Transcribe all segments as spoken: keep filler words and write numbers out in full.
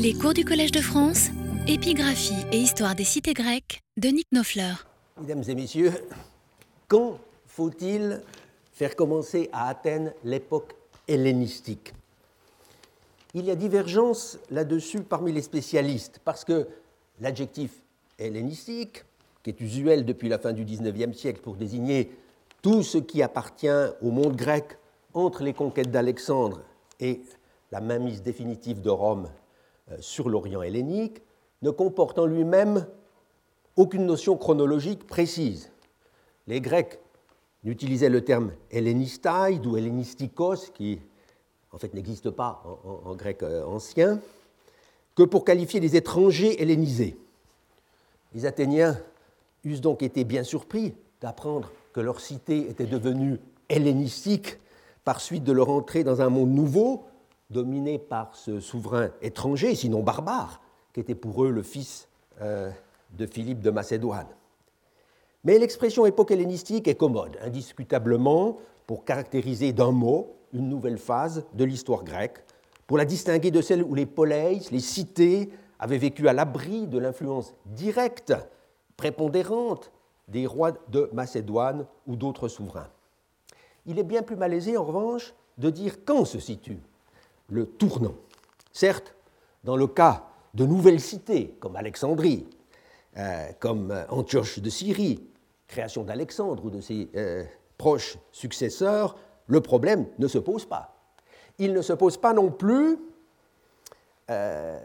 Les cours du Collège de France, épigraphie et histoire des cités grecques de Nick Knopfler. Mesdames et messieurs, quand faut-il faire commencer à Athènes l'époque hellénistique? Il y a divergence là-dessus parmi les spécialistes, parce que l'adjectif hellénistique, qui est usuel depuis la fin du dix-neuvième siècle pour désigner tout ce qui appartient au monde grec entre les conquêtes d'Alexandre et la mainmise définitive de Rome sur l'Orient hellénique, ne comporte en lui-même aucune notion chronologique précise. Les Grecs n'utilisaient le terme hellénistai ou hellénistikos, qui en fait n'existe pas en, en, en grec ancien, que pour qualifier les étrangers hellénisés. Les Athéniens eussent donc été bien surpris d'apprendre que leur cité était devenue hellénistique par suite de leur entrée dans un monde nouveau, dominé par ce souverain étranger, sinon barbare, qui était pour eux le fils euh, de Philippe de Macédoine. Mais l'expression époque hellénistique est commode, indiscutablement, pour caractériser d'un mot une nouvelle phase de l'histoire grecque, pour la distinguer de celle où les poleis, les cités, avaient vécu à l'abri de l'influence directe, prépondérante, des rois de Macédoine ou d'autres souverains. Il est bien plus malaisé, en revanche, de dire quand se situe le tournant. Certes, dans le cas de nouvelles cités, comme Alexandrie, euh, comme Antioche de Syrie, création d'Alexandre ou de ses euh, proches successeurs, le problème ne se pose pas. Il ne se pose pas non plus euh,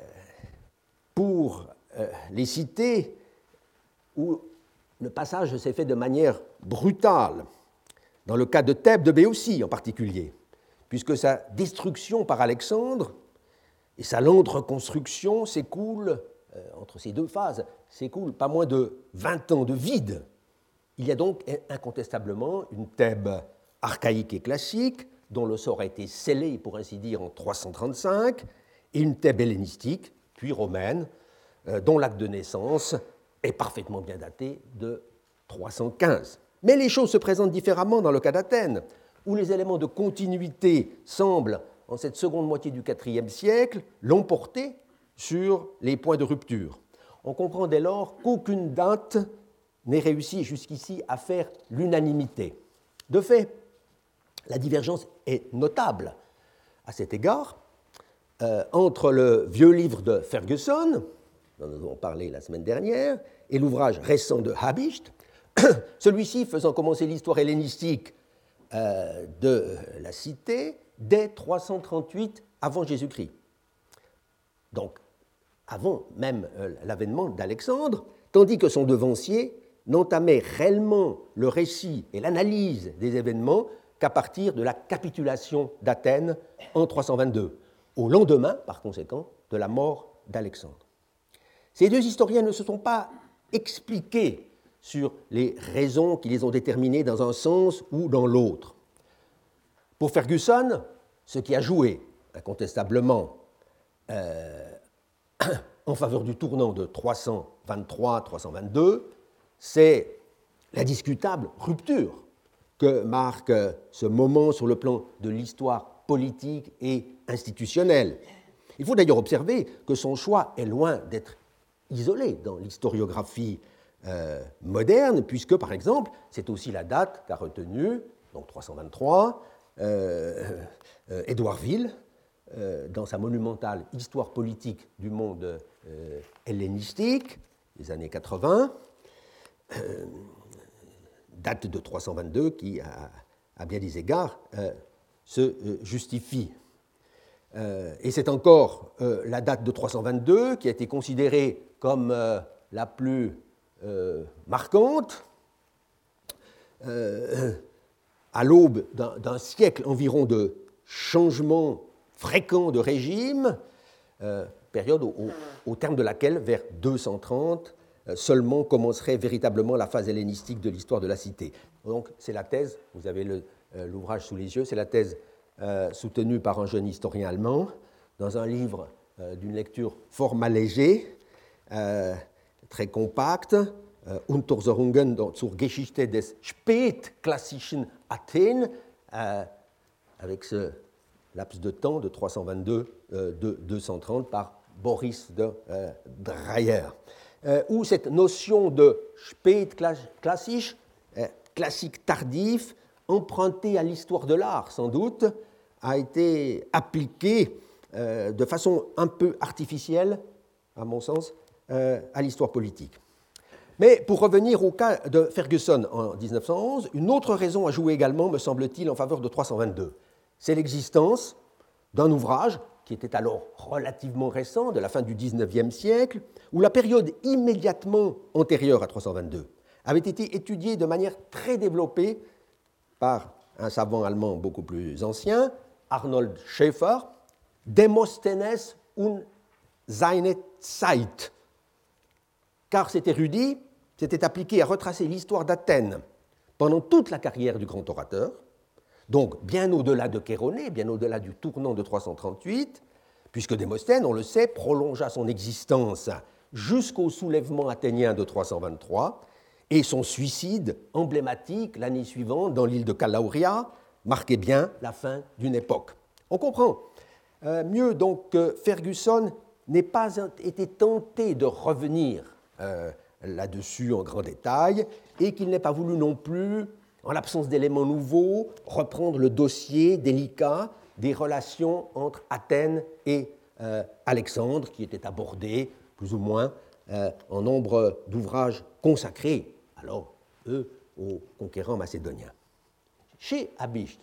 pour euh, les cités où le passage s'est fait de manière brutale, dans le cas de Thèbes, de Béotie en particulier, puisque sa destruction par Alexandre et sa lente reconstruction s'écoulent, euh, entre ces deux phases, s'écoulent pas moins de vingt ans de vide. Il y a donc incontestablement une Thèbes archaïque et classique, dont le sort a été scellé, pour ainsi dire, en trois cent trente-cinq, et une Thèbes hellénistique, puis romaine, euh, dont l'acte de naissance est parfaitement bien daté de trois cent quinze. Mais les choses se présentent différemment dans le cas d'Athènes, où les éléments de continuité semblent, en cette seconde moitié du quatrième siècle, l'emporter sur les points de rupture. On comprend dès lors qu'aucune date n'ait réussi jusqu'ici à faire l'unanimité. De fait, la divergence est notable à cet égard euh, entre le vieux livre de Ferguson, dont nous avons parlé la semaine dernière, et l'ouvrage récent de Habicht, celui-ci faisant commencer l'histoire hellénistique euh, de la cité dès trois cent trente-huit avant Jésus-Christ. Donc, avant même euh, l'avènement d'Alexandre, tandis que son devancier n'entamait réellement le récit et l'analyse des événements qu'à partir de la capitulation d'Athènes en trois cent vingt-deux, au lendemain, par conséquent, de la mort d'Alexandre. Ces deux historiens ne se sont pas expliqués sur les raisons qui les ont déterminés dans un sens ou dans l'autre. Pour Ferguson, ce qui a joué incontestablement euh, en faveur du tournant de trois cent vingt-trois à trois cent vingt-deux, c'est l'indiscutable rupture que marque ce moment sur le plan de l'histoire politique et institutionnelle. Il faut d'ailleurs observer que son choix est loin d'être isolé dans l'historiographie euh, moderne, puisque, par exemple, c'est aussi la date qu'a retenue, donc trois cent vingt-trois, euh, euh, Édouard Ville, euh, dans sa monumentale Histoire politique du monde euh, hellénistique, des années quatre-vingts, euh, date de trois cent vingt-deux qui, à, à bien des égards, euh, se euh, justifie. Euh, et c'est encore euh, la date de trois cent vingt-deux qui a été considérée comme euh, la plus euh, marquante, euh, à l'aube d'un, d'un siècle environ de changements fréquents de régime, euh, période au, au, au terme de laquelle, vers deux cent trente, euh, seulement commencerait véritablement la phase hellénistique de l'histoire de la cité. Donc c'est la thèse, vous avez le, euh, l'ouvrage sous les yeux, c'est la thèse euh, soutenue par un jeune historien allemand, dans un livre euh, d'une lecture fort allégée, euh, très compacte, euh, Untersuchungen zur Geschichte des spätklassischen Athen, euh, avec ce laps de temps de trois cent vingt-deux, euh, de deux cent trente par Boris de euh, Dreyer, euh, où cette notion de Spätklassisch, euh, classique tardif, empruntée à l'histoire de l'art sans doute, a été appliquée euh, de façon un peu artificielle, à mon sens, euh, à l'histoire politique. Mais pour revenir au cas de Ferguson en dix-neuf cent onze, une autre raison a joué également, me semble-t-il, en faveur de trois cent vingt-deux. C'est l'existence d'un ouvrage qui était alors relativement récent, de la fin du dix-neuvième siècle, où la période immédiatement antérieure à trois cent vingt-deux avait été étudiée de manière très développée par un savant allemand beaucoup plus ancien, Arnold Schäfer, Demosthenes und seine Zeit. Car cet érudit s'était appliqué à retracer l'histoire d'Athènes pendant toute la carrière du grand orateur, donc bien au-delà de Chéronée, bien au-delà du tournant de trois cent trente-huit, puisque Démosthène, on le sait, prolongea son existence jusqu'au soulèvement athénien de trois cent vingt-trois, et son suicide emblématique l'année suivante dans l'île de Calauria marquait bien la fin d'une époque. On comprend euh, mieux donc que Ferguson n'ait pas été tenté de revenir euh, là-dessus en grand détail et qu'il n'ait pas voulu non plus, en l'absence d'éléments nouveaux, reprendre le dossier délicat des relations entre Athènes et euh, Alexandre, qui était abordé plus ou moins euh, en nombre d'ouvrages consacrés, alors eux, aux conquérants macédoniens. Chez Habicht,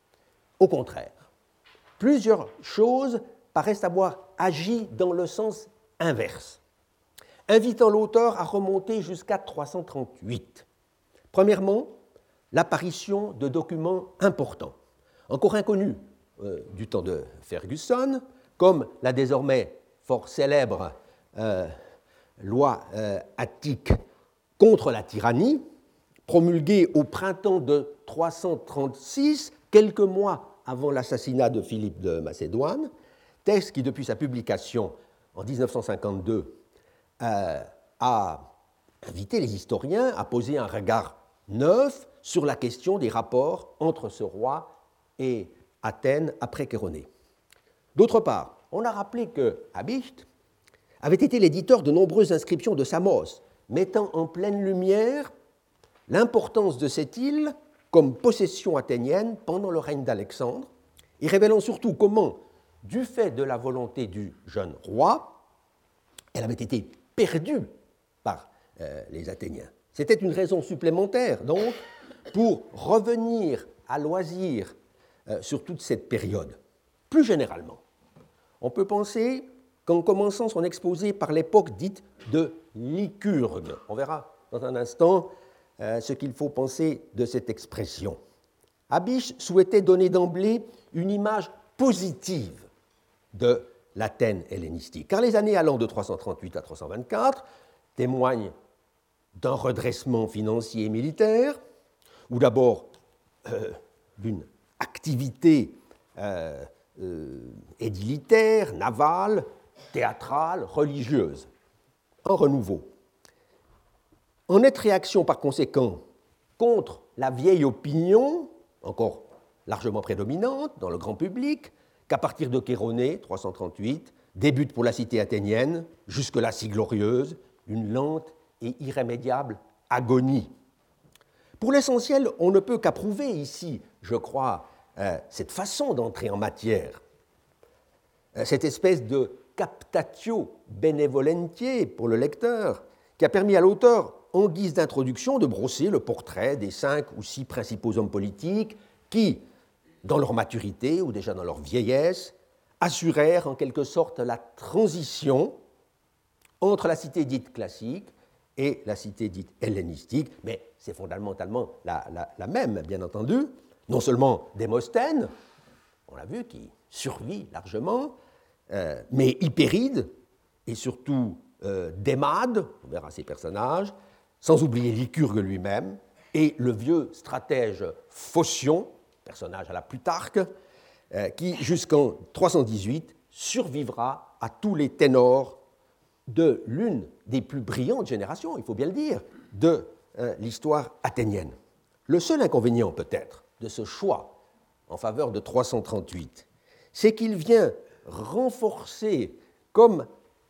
au contraire, plusieurs choses paraissent avoir agi dans le sens inverse, invitant l'auteur à remonter jusqu'à trois cent trente-huit. Premièrement, l'apparition de documents importants, encore inconnus euh, du temps de Ferguson, comme la désormais fort célèbre euh, loi euh, attique contre la tyrannie, promulguée au printemps de trois cent trente-six, quelques mois avant l'assassinat de Philippe de Macédoine, texte qui, depuis sa publication en dix-neuf cent cinquante-deux, euh, a invité les historiens à poser un regard neuf sur la question des rapports entre ce roi et Athènes après Chéronée. D'autre part, on a rappelé que Habicht avait été l'éditeur de nombreuses inscriptions de Samos, mettant en pleine lumière l'importance de cette île comme possession athénienne pendant le règne d'Alexandre, et révélant surtout comment, du fait de la volonté du jeune roi, elle avait été perdue par euh, les Athéniens. C'était une raison supplémentaire, donc, pour revenir à loisir euh, sur toute cette période. Plus généralement, on peut penser qu'en commençant son exposé par l'époque dite de Lycurgue, on verra dans un instant euh, ce qu'il faut penser de cette expression, Habicht souhaitait donner d'emblée une image positive de l'Athènes hellénistique, car les années allant de trois cent trente-huit à trois cent vingt-quatre témoignent d'un redressement financier et militaire, ou d'abord euh, d'une activité euh, euh, édilitaire, navale, théâtrale, religieuse, un renouveau. En nette réaction, par conséquent, contre la vieille opinion, encore largement prédominante dans le grand public, qu'à partir de Chéronée, trois cent trente-huit, débute pour la cité athénienne, jusque-là si glorieuse, une lente et irrémédiable agonie. Pour l'essentiel, on ne peut qu'approuver ici, je crois, euh, cette façon d'entrer en matière, euh, cette espèce de captatio benevolentiae pour le lecteur, qui a permis à l'auteur, en guise d'introduction, de brosser le portrait des cinq ou six principaux hommes politiques qui, dans leur maturité ou déjà dans leur vieillesse, assurèrent en quelque sorte la transition entre la cité dite classique et la cité dite hellénistique, mais c'est fondamentalement la, la, la même, bien entendu. Non seulement Démosthène, on l'a vu, qui survit largement, euh, mais Hypéride et surtout euh, Démade, on verra ces personnages, sans oublier Lycurgue lui-même, et le vieux stratège Phocion, personnage à la Plutarque, euh, qui, jusqu'en trois cent dix-huit, survivra à tous les ténors de l'une des plus brillantes générations, il faut bien le dire, de euh, l'histoire athénienne. Le seul inconvénient, peut-être, de ce choix en faveur de trois cent trente-huit, c'est qu'il vient renforcer, comme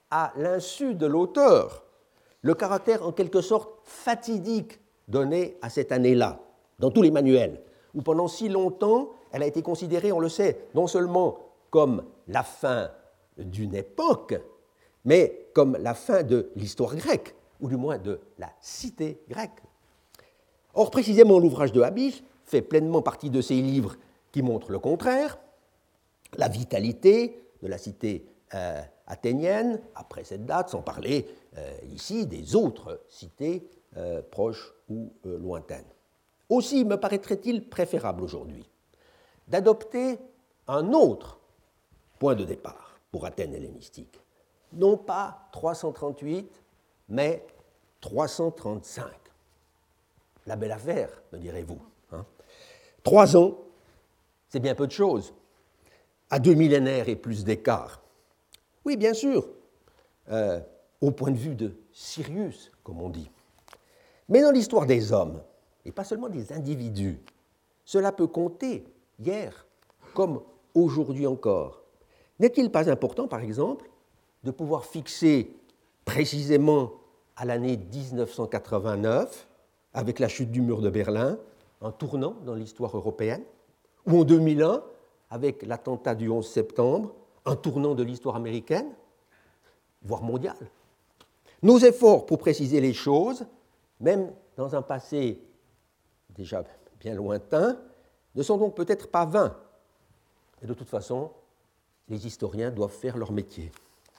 à l'insu de l'auteur, le caractère en quelque sorte fatidique donné à cette année-là, dans tous les manuels, où pendant si longtemps, elle a été considérée, on le sait, non seulement comme la fin d'une époque, mais comme la fin de l'histoire grecque, ou du moins de la cité grecque. Or, précisément, l'ouvrage de Habicht fait pleinement partie de ces livres qui montrent le contraire, la vitalité de la cité euh, athénienne, après cette date, sans parler euh, ici des autres cités euh, proches ou euh, lointaines. Aussi me paraîtrait-il préférable aujourd'hui d'adopter un autre point de départ pour Athènes hellénistique, non pas trois cent trente-huit, mais trois cent trente-cinq. La belle affaire, me direz-vous. Hein. Trois ans, c'est bien peu de choses, à deux millénaires et plus d'écart. Oui, bien sûr, euh, au point de vue de Sirius, comme on dit. Mais dans l'histoire des hommes, et pas seulement des individus, cela peut compter hier comme aujourd'hui encore. N'est-il pas important, par exemple, de pouvoir fixer précisément à l'année dix-neuf cent quatre-vingt-neuf, avec la chute du mur de Berlin, un tournant dans l'histoire européenne, ou en deux mille un, avec l'attentat du onze septembre, un tournant de l'histoire américaine, voire mondiale. Nos efforts pour préciser les choses, même dans un passé déjà bien lointain, ne sont donc peut-être pas vains. Et de toute façon, les historiens doivent faire leur métier.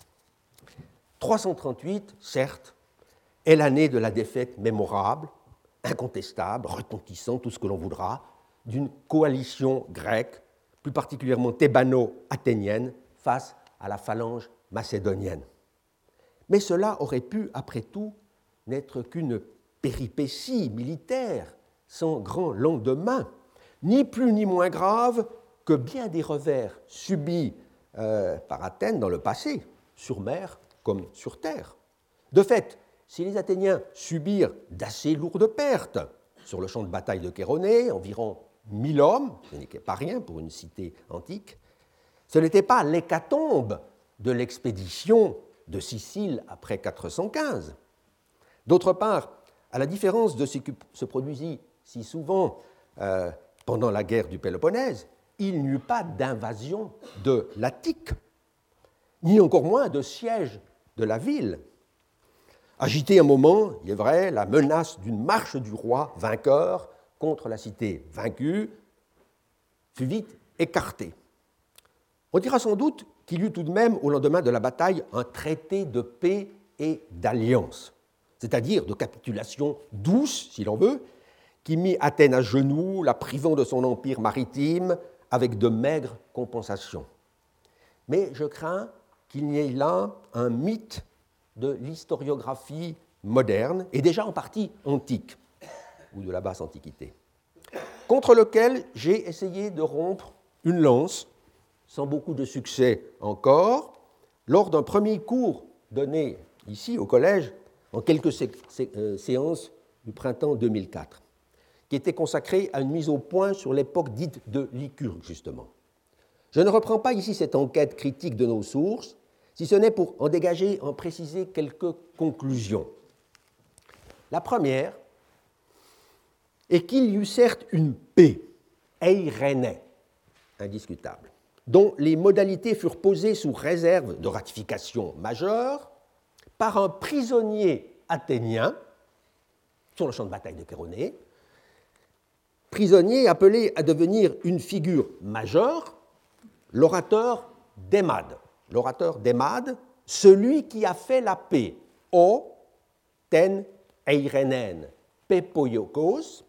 trois cent trente-huit, certes, est l'année de la défaite mémorable, incontestable, retentissante, tout ce que l'on voudra, d'une coalition grecque, plus particulièrement thébano-athénienne, face à la phalange macédonienne. Mais cela aurait pu, après tout, n'être qu'une péripétie militaire sans grand lendemain, ni plus ni moins grave que bien des revers subis euh, par Athènes dans le passé, sur mer comme sur terre. De fait, si les Athéniens subirent d'assez lourdes pertes sur le champ de bataille de Chéronée, environ mille hommes, ce n'est pas rien pour une cité antique, ce n'était pas l'hécatombe de l'expédition de Sicile après quatre cent quinze. D'autre part, à la différence de ce qui se produisit si souvent euh, pendant la guerre du Péloponnèse, il n'y eut pas d'invasion de l'Attique, ni encore moins de siège de la ville. Agité un moment, il est vrai, la menace d'une marche du roi vainqueur contre la cité vaincue fut vite écartée. On dira sans doute qu'il y eut tout de même, au lendemain de la bataille, un traité de paix et d'alliance, c'est-à-dire de capitulation douce, si l'on veut, qui mit Athènes à genoux, la privant de son empire maritime, avec de maigres compensations. Mais je crains qu'il n'y ait là un mythe de l'historiographie moderne, et déjà en partie antique, ou de la basse antiquité, contre lequel j'ai essayé de rompre une lance, sans beaucoup de succès encore, lors d'un premier cours donné ici au collège, en quelques sé- sé- euh, séances du printemps deux mille quatre, qui était consacré à une mise au point sur l'époque dite de Lycurgue, justement. Je ne reprends pas ici cette enquête critique de nos sources, si ce n'est pour en dégager, en préciser quelques conclusions. La première est qu'il y eut certes une paix, eirénée, indiscutable, dont les modalités furent posées sous réserve de ratification majeure par un prisonnier athénien sur le champ de bataille de Chéronée, prisonnier appelé à devenir une figure majeure, l'orateur d'Hémade. L'orateur d'Hémade, celui qui a fait la paix, o ten eirénène pepoiokos,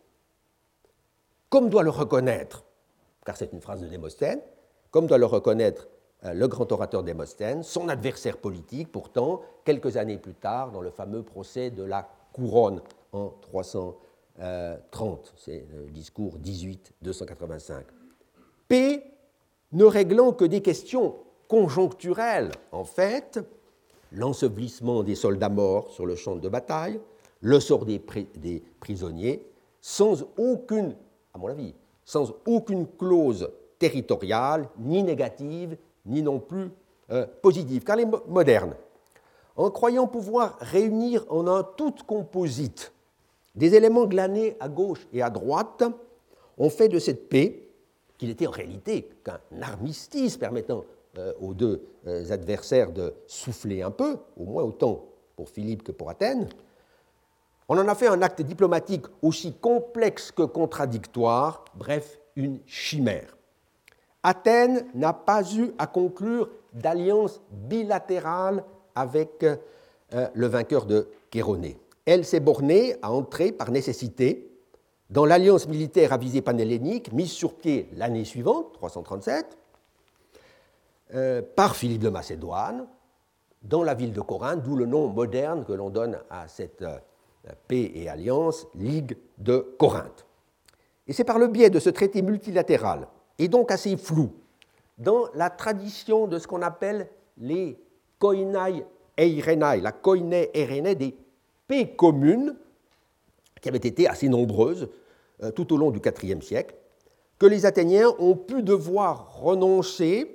comme doit le reconnaître, car c'est une phrase de Démosthène, comme doit le reconnaître euh, le grand orateur Démosthène, son adversaire politique, pourtant, quelques années plus tard, dans le fameux procès de la couronne en trois cent trente, c'est le discours dix-huit deux cent quatre-vingt-cinq. Paix ne réglant que des questions conjoncturelles, en fait, l'ensevelissement des soldats morts sur le champ de bataille, le sort des, pri- des prisonniers, sans aucune, à mon avis, sans aucune clause territoriale, ni négative, ni non plus euh, positive. Car les mo- modernes en croyant pouvoir réunir en un tout composite des éléments glanés à gauche et à droite, ont fait de cette paix, qu'il était en réalité qu'un armistice permettant euh, aux deux euh, adversaires de souffler un peu, au moins autant pour Philippe que pour Athènes, on en a fait un acte diplomatique aussi complexe que contradictoire, bref, une chimère. Athènes n'a pas eu à conclure d'alliance bilatérale avec euh, le vainqueur de Chéronée. Elle s'est bornée à entrer par nécessité dans l'alliance militaire à visée panhellénique mise sur pied l'année suivante, trois cent trente-sept, euh, par Philippe de Macédoine, dans la ville de Corinthe, d'où le nom moderne que l'on donne à cette euh, paix et alliance, Ligue de Corinthe. Et c'est par le biais de ce traité multilatéral, et donc assez flou, dans la tradition de ce qu'on appelle les koinai eirenai, la koinai eirenai des paix communes, qui avaient été assez nombreuses euh, tout au long du quatrième siècle, que les Athéniens ont pu devoir renoncer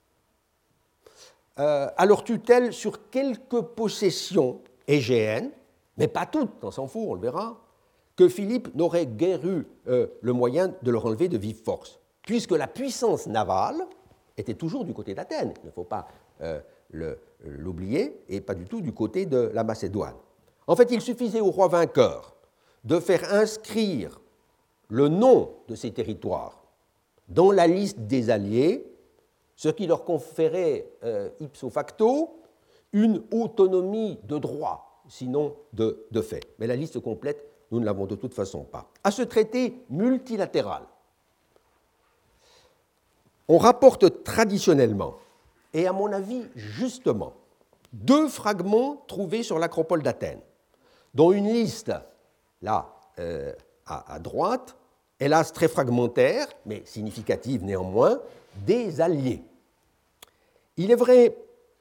euh, à leur tutelle sur quelques possessions égéennes, mais pas toutes, on s'en fout, on le verra, que Philippe n'aurait guère eu euh, le moyen de leur enlever de vive force, puisque la puissance navale était toujours du côté d'Athènes, il ne faut pas euh, le, l'oublier, et pas du tout du côté de la Macédoine. En fait, il suffisait au roi vainqueur de faire inscrire le nom de ces territoires dans la liste des alliés, ce qui leur conférait euh, ipso facto une autonomie de droit, sinon de, de fait. Mais la liste complète, nous ne l'avons de toute façon pas. À ce traité multilatéral, on rapporte traditionnellement, et à mon avis justement, deux fragments trouvés sur l'acropole d'Athènes, dont une liste, là, euh, à, à droite, hélas très fragmentaire, mais significative néanmoins, des alliés. Il est vrai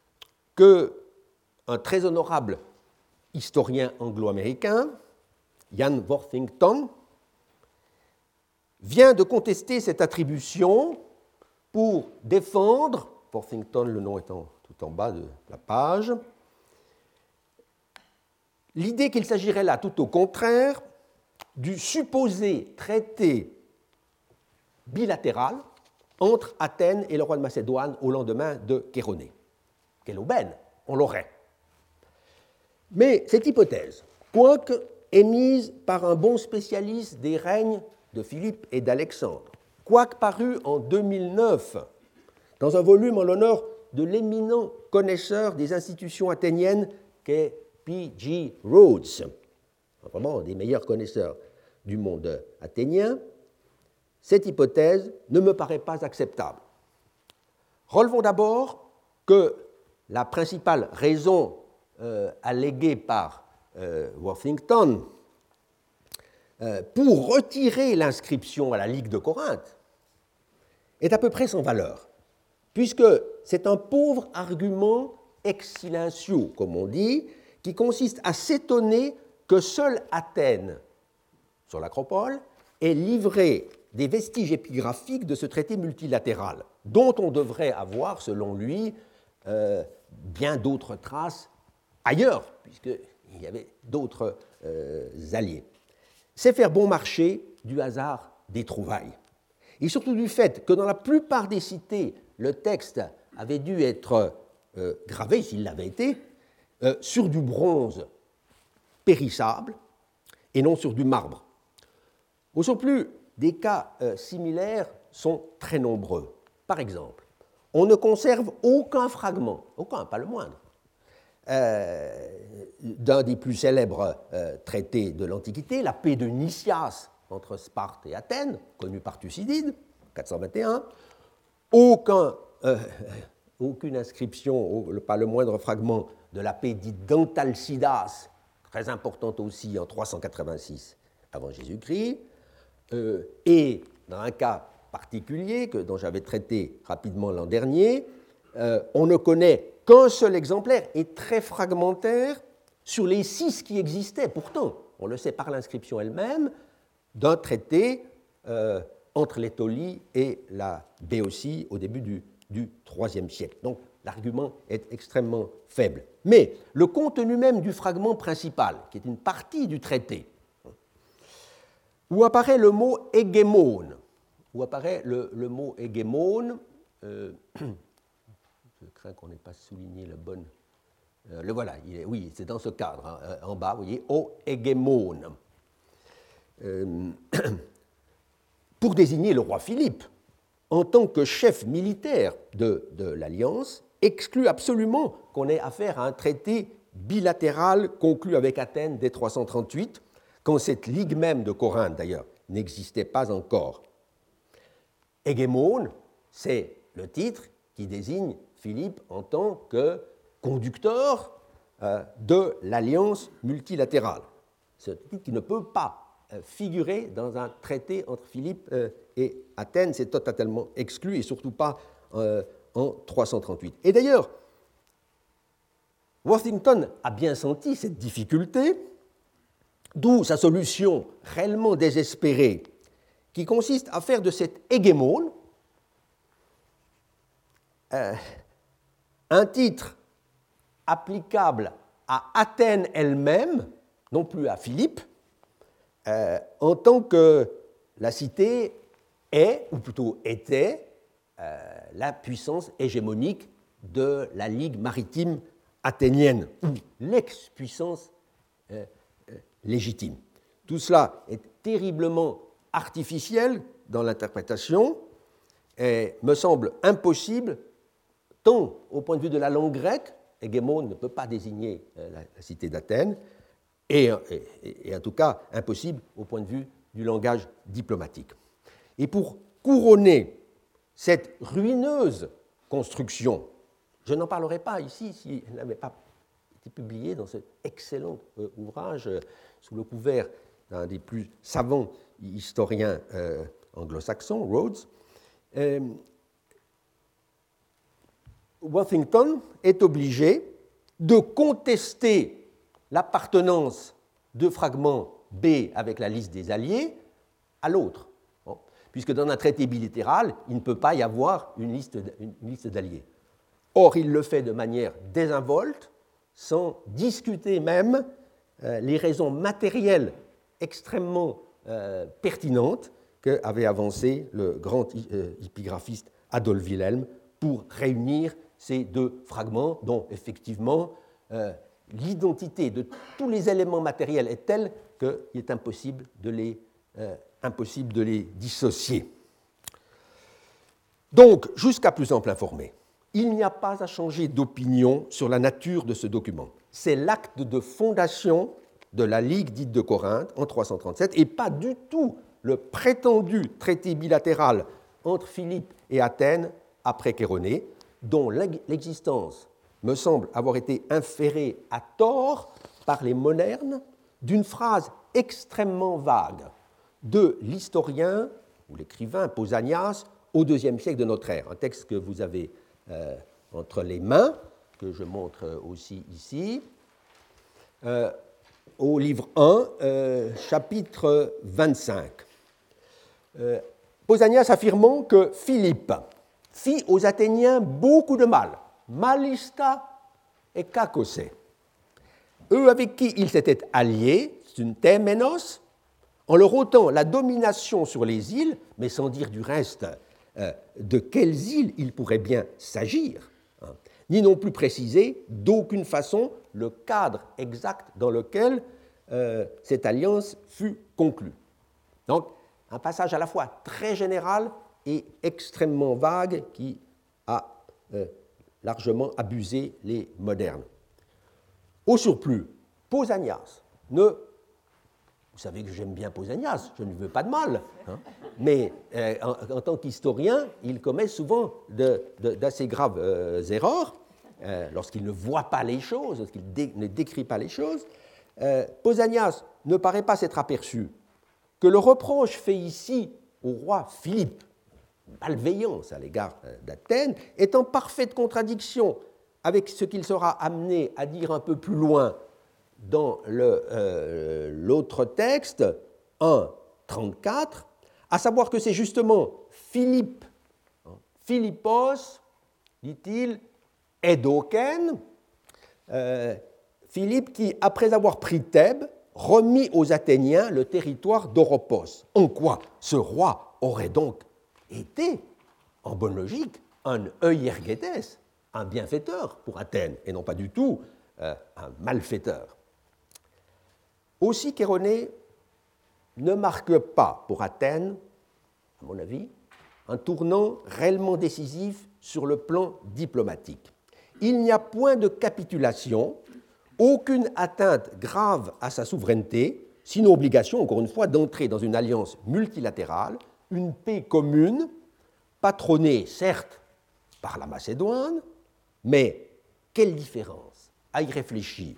qu'un très honorable historien anglo-américain, Ian Worthington, vient de contester cette attribution pour défendre, Worthington, le nom étant tout en bas de la page, l'idée qu'il s'agirait là, tout au contraire, du supposé traité bilatéral entre Athènes et le roi de Macédoine au lendemain de Chéronée. Quelle aubaine, on l'aurait. Mais cette hypothèse, quoique émise par un bon spécialiste des règnes de Philippe et d'Alexandre, quoique parue en deux mille neuf dans un volume en l'honneur de l'éminent connaisseur des institutions athéniennes qu'est P G Rhodes, vraiment des meilleurs connaisseurs du monde athénien, cette hypothèse ne me paraît pas acceptable. Relevons d'abord que la principale raison euh, alléguée par euh, Worthington euh, pour retirer l'inscription à la Ligue de Corinthe est à peu près sans valeur, puisque c'est un pauvre argument ex silentio, comme on dit, qui consiste à s'étonner que seule Athènes, sur l'acropole, ait livré des vestiges épigraphiques de ce traité multilatéral, dont on devrait avoir, selon lui, euh, bien d'autres traces ailleurs, puisqu'il y avait d'autres euh, alliés. C'est faire bon marché du hasard des trouvailles, et surtout du fait que dans la plupart des cités, le texte avait dû être euh, gravé, s'il l'avait été, euh, sur du bronze périssable et non sur du marbre. Au surplus, des cas euh, similaires sont très nombreux. Par exemple, on ne conserve aucun fragment, aucun, pas le moindre, euh, d'un des plus célèbres euh, traités de l'Antiquité, la paix de Nicias entre Sparte et Athènes, connue par Thucydide, quatre cent vingt et un, aucun, euh, aucune inscription, pas le moindre fragment de la paix dite d'Antalcidas, très importante aussi en trois cent quatre-vingt-six avant Jésus-Christ, euh, et dans un cas particulier que, dont j'avais traité rapidement l'an dernier, euh, on ne connaît qu'un seul exemplaire et très fragmentaire sur les six qui existaient, pourtant, on le sait par l'inscription elle-même, d'un traité euh, entre l'Étolie et la Béotie au début du, du troisième siècle. Donc, l'argument est extrêmement faible. Mais le contenu même du fragment principal, qui est une partie du traité, où apparaît le mot hégémone, où apparaît le, le mot hégémone, euh, je crains qu'on n'ait pas souligné la bonne. Euh, le voilà, il est, oui, c'est dans ce cadre, hein, en bas, vous voyez, au hégémone. Euh, pour désigner le roi Philippe en tant que chef militaire de, de l'Alliance, exclut absolument qu'on ait affaire à un traité bilatéral conclu avec Athènes dès trois cent trente-huit, quand cette ligue même de Corinthe, d'ailleurs, n'existait pas encore. Hégémone, c'est le titre qui désigne Philippe en tant que conducteur euh, de l'alliance multilatérale. C'est un titre qui ne peut pas figurer dans un traité entre Philippe euh, et Athènes, c'est totalement exclu, et surtout pas euh, en trois cent trente-huit. Et d'ailleurs, Worthington a bien senti cette difficulté, d'où sa solution réellement désespérée, qui consiste à faire de cet hégémone euh, un titre applicable à Athènes elle-même, non plus à Philippe, Euh, en tant que la cité est, ou plutôt était, euh, la puissance hégémonique de la Ligue maritime athénienne, ou l'ex-puissance euh, euh, légitime. Tout cela est terriblement artificiel dans l'interprétation et me semble impossible, tant au point de vue de la langue grecque, hégémone ne peut pas désigner euh, la, la cité d'Athènes, Et, et, et en tout cas impossible au point de vue du langage diplomatique. Et pour couronner cette ruineuse construction, je n'en parlerai pas ici si elle n'avait pas été publiée dans cet excellent euh, ouvrage euh, sous le couvert d'un des plus savants historiens euh, anglo-saxons, Rhodes, euh, Worthington est obligé de contester l'appartenance de fragments B avec la liste des alliés à l'autre, bon, puisque dans un traité bilatéral, il ne peut pas y avoir une liste, une liste d'alliés. Or, il le fait de manière désinvolte, sans discuter même euh, les raisons matérielles extrêmement euh, pertinentes qu'avait avancées le grand euh, épigraphiste Adolphe Wilhelm pour réunir ces deux fragments dont, effectivement, euh, l'identité de tous les éléments matériels est telle qu'il est impossible de les, euh, impossible de les dissocier. Donc, jusqu'à plus ample informé, il n'y a pas à changer d'opinion sur la nature de ce document. C'est l'acte de fondation de la Ligue dite de Corinthe en trois cent trente-sept et pas du tout le prétendu traité bilatéral entre Philippe et Athènes après Chéronée, dont l'existence me semble avoir été inférée à tort par les modernes d'une phrase extrêmement vague de l'historien ou l'écrivain Pausanias au deuxième siècle de notre ère, un texte que vous avez euh, entre les mains, que je montre aussi ici, euh, au livre un, euh, chapitre vingt-cinq. Euh, Pausanias affirmant que Philippe fit aux Athéniens beaucoup de mal, malista et kakose. Eux avec qui il s'était allié, Syntémenos, en leur ôtant la domination sur les îles, mais sans dire du reste euh, de quelles îles il pourrait bien s'agir, hein, ni non plus préciser d'aucune façon le cadre exact dans lequel euh, cette alliance fut conclue. Donc, un passage à la fois très général et extrêmement vague qui a euh, largement abusé les modernes. Au surplus, Pausanias ne... Vous savez que j'aime bien Pausanias, je ne veux pas de mal, hein, mais euh, en, en tant qu'historien, il commet souvent de, de, d'assez graves euh, erreurs euh, lorsqu'il ne voit pas les choses, lorsqu'il dé, ne décrit pas les choses. Euh, Pausanias ne paraît pas s'être aperçu que le reproche fait ici au roi Philippe, malveillance à l'égard d'Athènes, est en parfaite contradiction avec ce qu'il sera amené à dire un peu plus loin dans le, euh, l'autre texte, un trente-quatre, à savoir que c'est justement Philippe, hein, Philippos, dit-il, Édocène, euh, Philippe qui, après avoir pris Thèbes, remit aux Athéniens le territoire d'Oropos. En quoi ce roi aurait donc été, en bonne logique, un euergetes, un bienfaiteur pour Athènes, et non pas du tout euh, un malfaiteur. Aussi, Chéronée ne marque pas pour Athènes, à mon avis, un tournant réellement décisif sur le plan diplomatique. Il n'y a point de capitulation, aucune atteinte grave à sa souveraineté, sinon obligation, encore une fois, d'entrer dans une alliance multilatérale, une paix commune, patronnée, certes, par la Macédoine, mais quelle différence à y réfléchir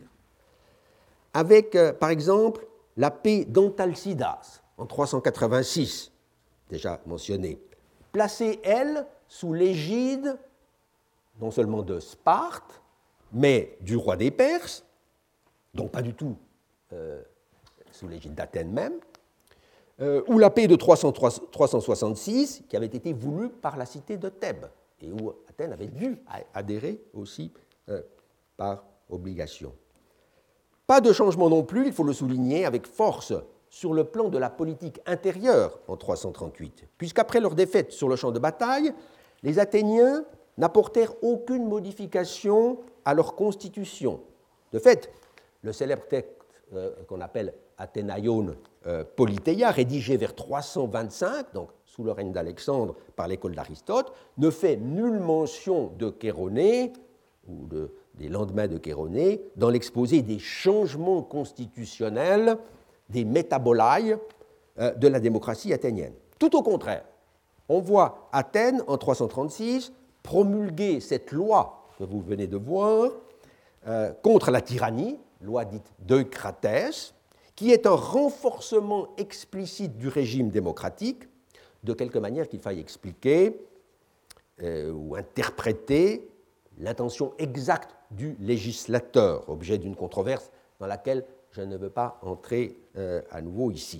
avec, euh, par exemple, la paix d'Antalcidas en trois cent quatre-vingt-six, déjà mentionnée, placée, elle, sous l'égide non seulement de Sparte, mais du roi des Perses, donc pas du tout euh, sous l'égide d'Athènes même, euh, ou la paix de trois cent soixante-six, qui avait été voulue par la cité de Thèbes, et où Athènes avait dû adhérer aussi euh, par obligation. Pas de changement non plus, il faut le souligner avec force, sur le plan de la politique intérieure en trois cent trente-huit, puisqu'après leur défaite sur le champ de bataille, les Athéniens n'apportèrent aucune modification à leur constitution. De fait, le célèbre texte euh, qu'on appelle Athénaïon euh, Politeia, rédigé vers trois cent vingt-cinq, donc sous le règne d'Alexandre par l'école d'Aristote, ne fait nulle mention de Chéronée ou de, des lendemains de Chéronée dans l'exposé des changements constitutionnels, des métabolaïs euh, de la démocratie athénienne. Tout au contraire, on voit Athènes, en trois cent trente-six, promulguer cette loi que vous venez de voir euh, contre la tyrannie, loi dite d'Eucratès, qui est un renforcement explicite du régime démocratique, de quelque manière qu'il faille expliquer euh, ou interpréter l'intention exacte du législateur, objet d'une controverse dans laquelle je ne veux pas entrer euh, à nouveau ici.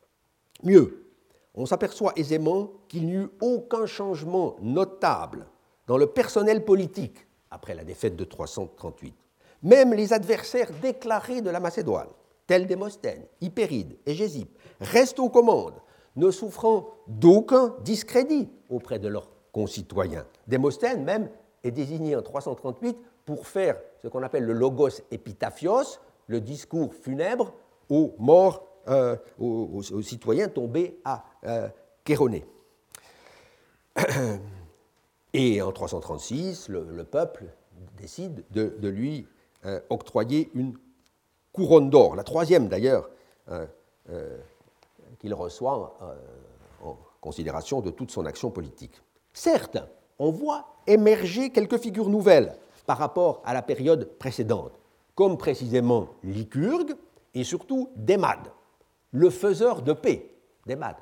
Mieux, on s'aperçoit aisément qu'il n'y eut aucun changement notable dans le personnel politique après la défaite de trois cent trente-huit. Même les adversaires déclarés de la Macédoine, tels Démosthène, Hypéride et Gésippe, restent aux commandes, ne souffrant d'aucun discrédit auprès de leurs concitoyens. Démosthène, même, est désigné en trois cent trente-huit pour faire ce qu'on appelle le logos epitaphios, le discours funèbre aux morts, euh, aux, aux, aux citoyens tombés à euh, Chéronée. Et en trois cent trente-six, le, le peuple décide de, de lui euh, octroyer une couronne d'or, la troisième d'ailleurs euh, euh, qu'il reçoit euh, en considération de toute son action politique. Certes, on voit émerger quelques figures nouvelles par rapport à la période précédente, comme précisément Lycurgue et surtout Démade, le faiseur de paix, Démade,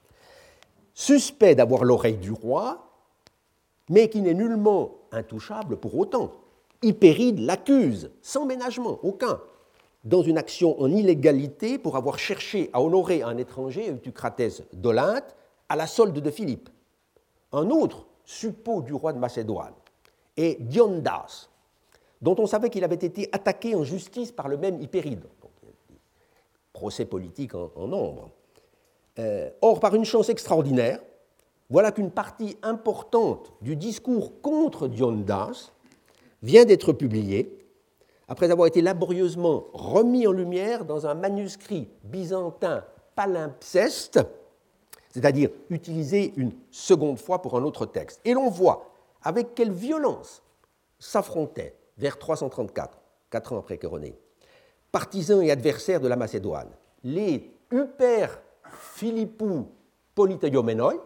suspect d'avoir l'oreille du roi, mais qui n'est nullement intouchable pour autant. Hypéride l'accuse, sans ménagement aucun, dans une action en illégalité pour avoir cherché à honorer un étranger, Eutycratès d'Olynte, à la solde de Philippe. Un autre suppôt du roi de Macédoine est Diondas, dont on savait qu'il avait été attaqué en justice par le même Hypéride. Donc, procès politique en, en nombre. Euh, or, par une chance extraordinaire, voilà qu'une partie importante du discours contre Diondas vient d'être publiée, après avoir été laborieusement remis en lumière dans un manuscrit byzantin palimpseste, c'est-à-dire utilisé une seconde fois pour un autre texte. Et l'on voit avec quelle violence s'affrontaient, vers trois cent trente-quatre, quatre ans après Chéronée, partisans et adversaires de la Macédoine, les Huper Philippou Politeiomenoi,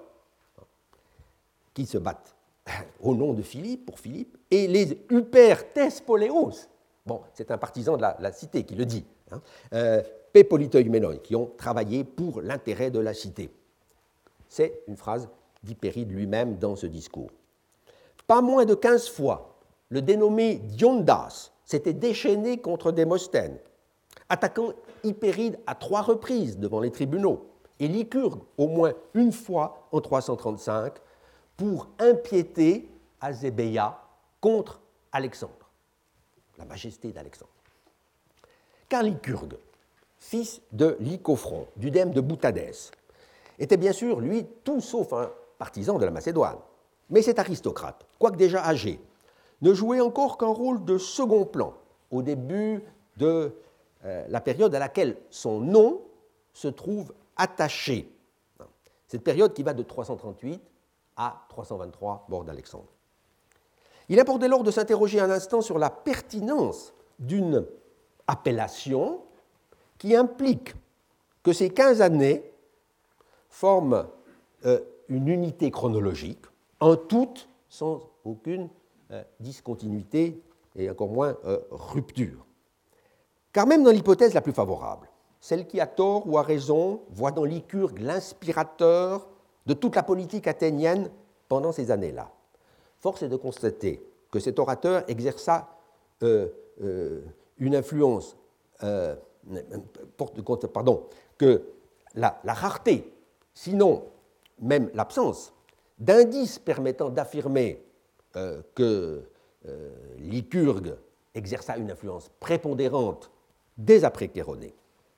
qui se battent au nom de Philippe, pour Philippe, et les Huper Thespoléos, bon, c'est un partisan de la, la cité qui le dit, hein, euh, P. Politeiomenoi, qui ont travaillé pour l'intérêt de la cité. C'est une phrase d'Hypéride lui-même dans ce discours. Pas moins de quinze fois, le dénommé Diondas s'était déchaîné contre Démosthène, attaquant Hypéride à trois reprises devant les tribunaux, et Lycurgue au moins une fois en trois cent trente-cinq, pour impiéter à Zébéia contre Alexandre, la majesté d'Alexandre. Car Lycurgue, fils de Lycophron, d'Udème de Boutadès, était bien sûr, lui, tout sauf un partisan de la Macédoine. Mais cet aristocrate, quoique déjà âgé, ne jouait encore qu'un rôle de second plan au début de euh, la période à laquelle son nom se trouve attaché. Cette période qui va de trois cent trente-huit à trois cent vingt-trois, mort d'Alexandre. Il importe dès lors de s'interroger un instant sur la pertinence d'une appellation qui implique que ces quinze années forment euh, une unité chronologique, en toute, sans aucune euh, discontinuité et encore moins euh, rupture. Car même dans l'hypothèse la plus favorable, celle qui a tort ou a raison voit dans Lycurgue l'inspirateur de toute la politique athénienne pendant ces années-là. Force est de constater que cet orateur exerça euh, euh, une influence, euh, pardon, que la, la rareté, sinon même l'absence, d'indices permettant d'affirmer euh, que euh, Lycurgue exerça une influence prépondérante dès après Chéronée.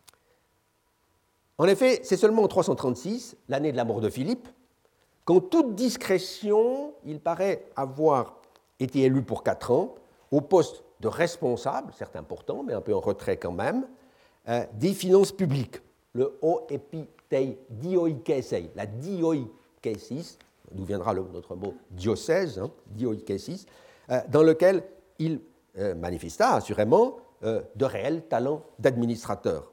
En effet, c'est seulement en trois cent trente-six, l'année de la mort de Philippe, qu'en toute discrétion, il paraît avoir été élu pour quatre ans au poste de responsable, certes important, mais un peu en retrait quand même, euh, des finances publiques, le o epitei dioikeisei, la dioikeisis, d'où viendra le, notre mot diocèse, hein, dioikeisis, euh, dans lequel il euh, manifesta assurément euh, de réels talents d'administrateur.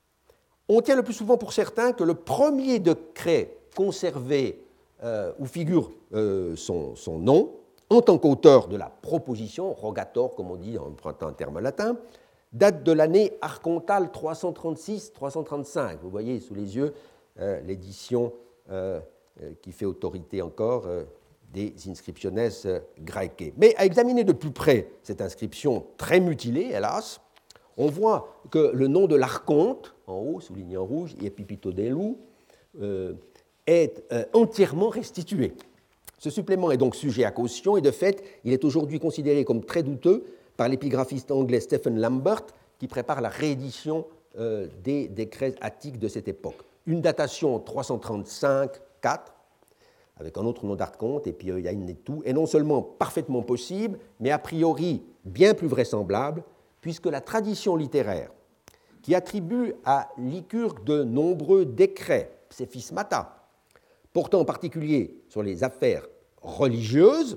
On tient le plus souvent pour certain que le premier décret conservé euh, où figure euh, son, son nom, en tant qu'auteur de la proposition, rogator, comme on dit en empruntant un terme latin, date de l'année archontale trois cent trente-six trois cent trente-cinq. Vous voyez sous les yeux euh, l'édition euh, qui fait autorité encore euh, des inscriptiones græcae. Mais à examiner de plus près cette inscription très mutilée, hélas, on voit que le nom de l'archonte, en haut, souligné en rouge, Epipitodelou, euh, est euh, entièrement restitué. Ce supplément est donc sujet à caution et de fait, il est aujourd'hui considéré comme très douteux par l'épigraphiste anglais Stephen Lambert qui prépare la réédition euh, des décrets attiques de cette époque. Une datation trois cent trente-cinq quatre, avec un autre nom d'archonte, et puis il y a une tout, est non seulement parfaitement possible, mais a priori bien plus vraisemblable, puisque la tradition littéraire qui attribue à Lycurgue de nombreux décrets, psephismata, portant en particulier sur les affaires religieuses,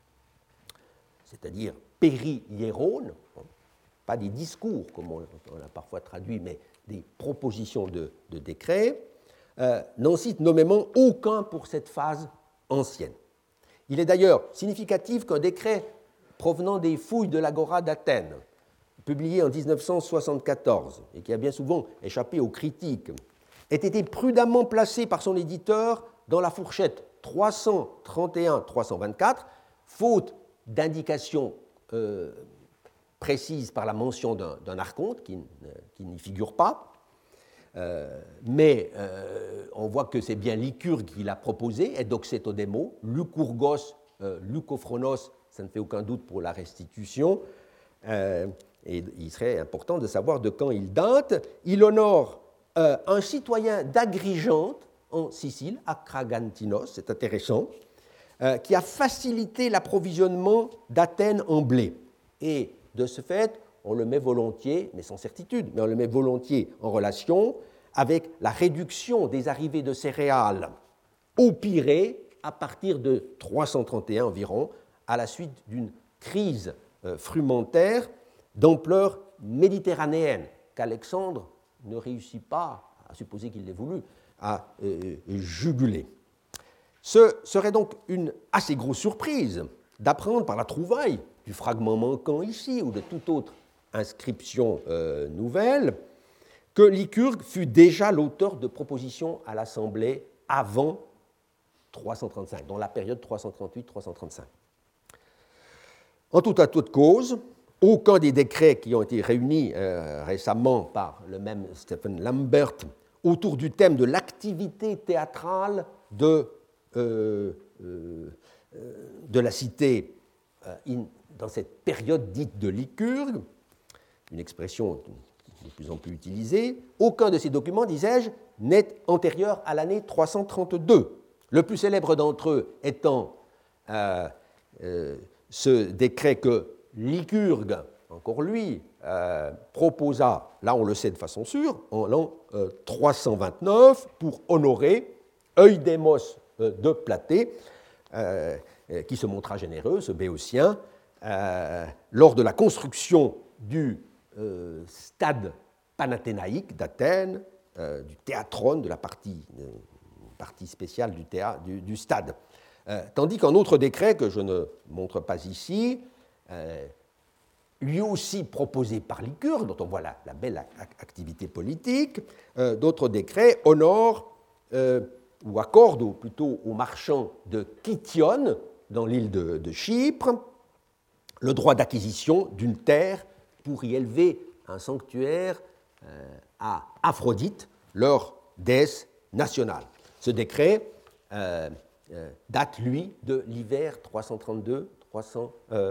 c'est-à-dire périhiérone, pas des discours comme on l'a parfois traduit, mais des propositions de, de décrets, euh, n'en cite nommément aucun pour cette phase ancienne. Il est d'ailleurs significatif qu'un décret provenant des fouilles de l'Agora d'Athènes, publié en dix-neuf cent soixante-quatorze et qui a bien souvent échappé aux critiques, ait été prudemment placé par son éditeur dans la fourchette trois cent trente et un à trois cent vingt-quatre, faute d'indications euh, précises par la mention d'un, d'un archonte qui, euh, qui n'y figure pas. Euh, mais euh, on voit que c'est bien Lycurgue qui l'a proposé, et doxétodémo, Lycurgos, euh, Lycophronos, ça ne fait aucun doute pour la restitution. Euh, et il serait important de savoir de quand il date. Il honore euh, un citoyen d'Agrigente, en Sicile, Akragantinos, c'est intéressant, euh, qui a facilité l'approvisionnement d'Athènes en blé. Et de ce fait, on le met volontiers, mais sans certitude, mais on le met volontiers en relation avec la réduction des arrivées de céréales au Pirée à partir de trois cent trente et un environ, à la suite d'une crise euh, frumentaire d'ampleur méditerranéenne, qu'Alexandre ne réussit pas, à supposer qu'il l'ait voulu, à euh, juguler. Ce serait donc une assez grosse surprise d'apprendre par la trouvaille du fragment manquant ici ou de toute autre inscription euh, nouvelle que Lycurgue fut déjà l'auteur de propositions à l'Assemblée avant trois cent trente-cinq, dans la période trois cent trente-huit à trois cent trente-cinq. En tout à toute cause, aucun des décrets qui ont été réunis euh, récemment par le même Stephen Lambert autour du thème de l'activité théâtrale de, euh, euh, de la cité euh, in dans cette période dite de Lycurgue, une expression de plus en plus utilisée, aucun de ces documents, disais-je, n'est antérieur à l'année trois cent trente-deux. Le plus célèbre d'entre eux étant euh, euh, ce décret que Lycurgue, encore lui, euh, proposa, là on le sait de façon sûre, en l'an euh, trois cent vingt-neuf pour honorer Eudémos euh, de Platée, euh, qui se montra généreux, ce Béotien, euh, lors de la construction du euh, stade panathénaïque d'Athènes, euh, du théatron, de la partie, euh, partie spéciale du, théâtre, du, du stade. Euh, tandis qu'un autre décret, que je ne montre pas ici, euh, lui aussi proposé par Lycurgue, dont on voit la, la belle activité politique, euh, d'autres décrets honorent euh, ou accordent ou plutôt aux marchands de Kition, dans l'île de, de Chypre, le droit d'acquisition d'une terre pour y élever un sanctuaire euh, à Aphrodite, leur déesse nationale. Ce décret euh, euh, date, lui, de l'hiver trois cent trente-deux trois cent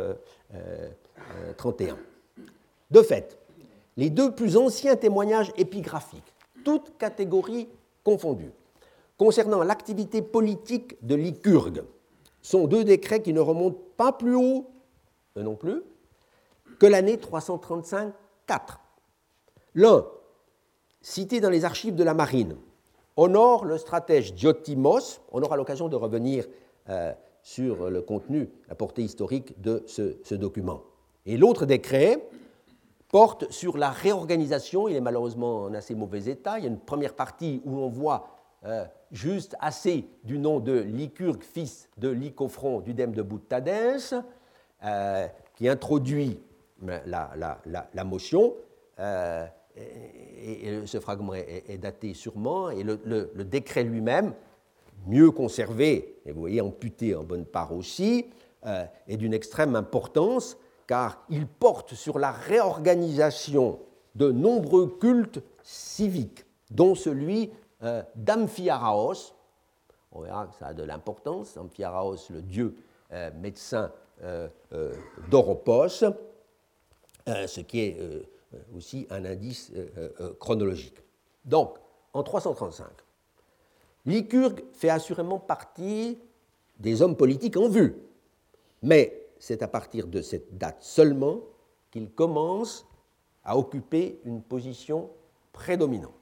trente et un. De fait, les deux plus anciens témoignages épigraphiques, toutes catégories confondues, concernant l'activité politique de Lycurgue, sont deux décrets qui ne remontent pas plus haut, eux non plus, que l'année trois cent trente-cinq quatre. L'un, cité dans les archives de la marine, honore le stratège Diotimos, on aura l'occasion de revenir euh, sur le contenu, la portée historique de ce, ce document. Et l'autre décret porte sur la réorganisation, il est malheureusement en assez mauvais état, il y a une première partie où on voit euh, juste assez du nom de Lycurgue, fils de Lycophron du dème de Boutadès, euh, qui introduit la, la, la, la motion, euh, et, et ce fragment est, est daté sûrement, et le, le, le décret lui-même, mieux conservé, et vous voyez amputé en bonne part aussi, euh, est d'une extrême importance, car il porte sur la réorganisation de nombreux cultes civiques, dont celui euh, d'Amphiaraos. On verra que ça a de l'importance, Amphiaraos, le dieu euh, médecin euh, euh, d'Oropos, euh, ce qui est euh, aussi un indice euh, euh, chronologique. Donc, en trois cent trente-cinq, Lycurgue fait assurément partie des hommes politiques en vue, mais c'est à partir de cette date seulement qu'il commence à occuper une position prédominante.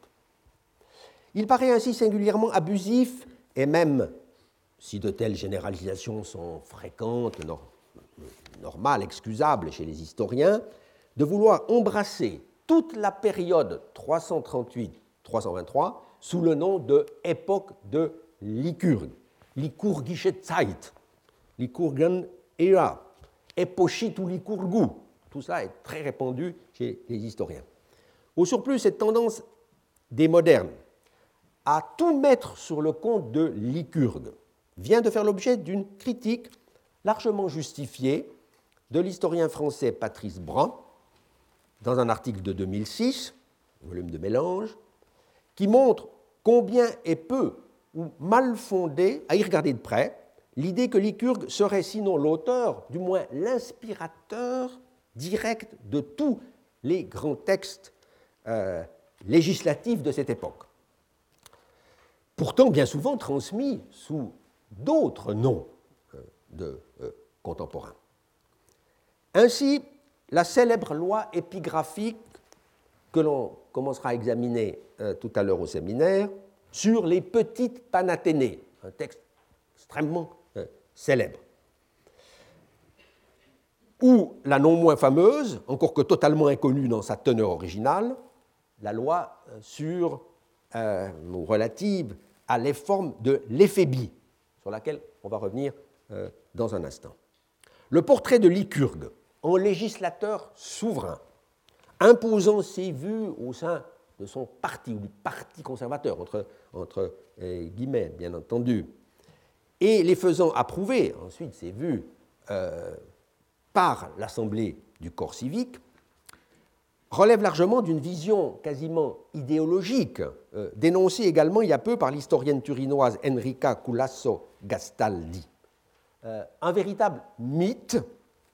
Il paraît ainsi singulièrement abusif, et même si de telles généralisations sont fréquentes, normales, excusables chez les historiens, de vouloir embrasser toute la période trois cent trente-huit trois cent vingt-trois sous le nom de époque de Lycurgue, Lycurgische Zeit, Lycurgen Era, Epochit ou Lycurgu. Tout ça est très répandu chez les historiens. Au surplus, cette tendance des modernes à tout mettre sur le compte de Lycurgue vient de faire l'objet d'une critique largement justifiée de l'historien français Patrice Brun dans un article de deux mille six, volume de Mélange, qui montre combien est peu ou mal fondée, à y regarder de près, l'idée que Lycurgue serait sinon l'auteur, du moins l'inspirateur direct de tous les grands textes euh, législatifs de cette époque. Pourtant bien souvent transmis sous d'autres noms euh, de euh, contemporains. Ainsi, la célèbre loi épigraphique que l'on commencera à examiner euh, tout à l'heure au séminaire, sur les petites panathénées, un texte extrêmement euh, célèbre, ou la non moins fameuse, encore que totalement inconnue dans sa teneur originale, la loi sur, euh, ou relative à les formes de l'éphébie, sur laquelle on va revenir euh, dans un instant. Le portrait de Lycurgue en législateur souverain, imposant ses vues au sein de son parti, ou du parti conservateur, entre, entre euh, guillemets, bien entendu, et les faisant approuver ensuite ses vues euh, par l'Assemblée du corps civique, relève largement d'une vision quasiment idéologique, euh, dénoncée également il y a peu par l'historienne turinoise Enrica Culasso Gastaldi. Euh, un véritable mythe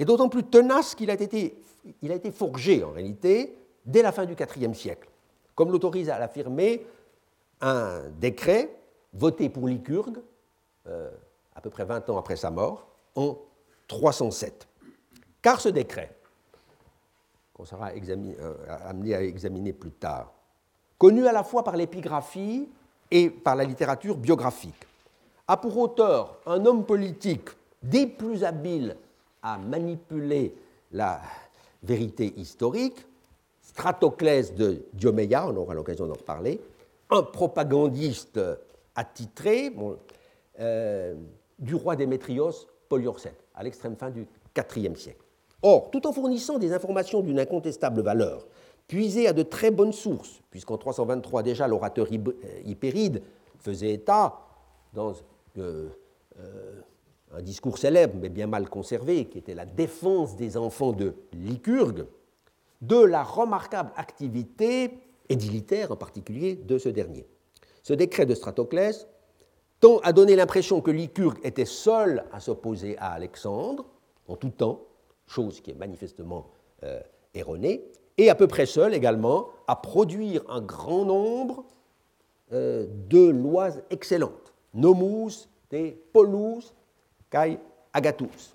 est d'autant plus tenace qu'il a été, il a été forgé, en réalité, dès la fin du quatrième siècle, comme l'autorise à l'affirmer un décret voté pour Lycurgue, euh, à peu près vingt ans après sa mort, en trois cent sept. Car ce décret, qu'on sera examiner, euh, amené à examiner plus tard, connu à la fois par l'épigraphie et par la littérature biographique, a pour auteur un homme politique des plus habiles à manipuler la vérité historique, Stratoclès de Dioméia, on aura l'occasion d'en reparler, un propagandiste attitré bon, euh, du roi Démétrios, Poliorcète, à l'extrême fin du quatrième siècle. Or, tout en fournissant des informations d'une incontestable valeur, puisées à de très bonnes sources, puisqu'en trois cent vingt-trois déjà l'orateur Hypéride faisait état, dans euh, euh, un discours célèbre mais bien mal conservé, qui était la défense des enfants de Lycurgue, de la remarquable activité édilitaire en particulier de ce dernier. Ce décret de Stratoclès tend à donner l'impression que Lycurgue était seul à s'opposer à Alexandre, en tout temps, chose qui est manifestement euh, erronée, et à peu près seul également à produire un grand nombre euh, de lois excellentes, nomus de polus kai agatus,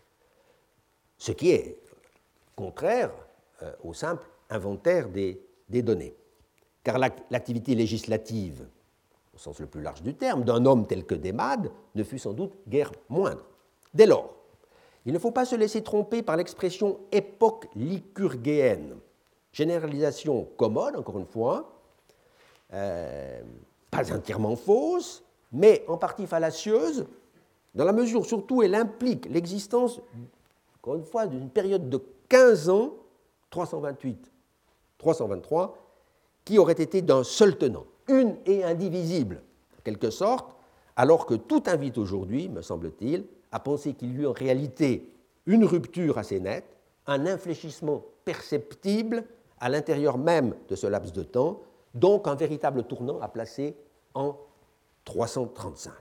ce qui est contraire euh, au simple inventaire des, des données. Car l'activité législative, au sens le plus large du terme, d'un homme tel que Démade ne fut sans doute guère moindre. Dès lors, il ne faut pas se laisser tromper par l'expression époque lycurgéenne, généralisation commode, encore une fois, euh, pas entièrement fausse, mais en partie fallacieuse, dans la mesure surtout où elle implique l'existence, encore une fois, d'une période de quinze ans, trois cent vingt-huit à trois cent vingt-trois, qui aurait été d'un seul tenant, une et indivisible, en quelque sorte, alors que tout invite aujourd'hui, me semble-t-il, à penser qu'il y eut en réalité une rupture assez nette, un infléchissement perceptible à l'intérieur même de ce laps de temps, donc un véritable tournant à placer en trois cent trente-cinq.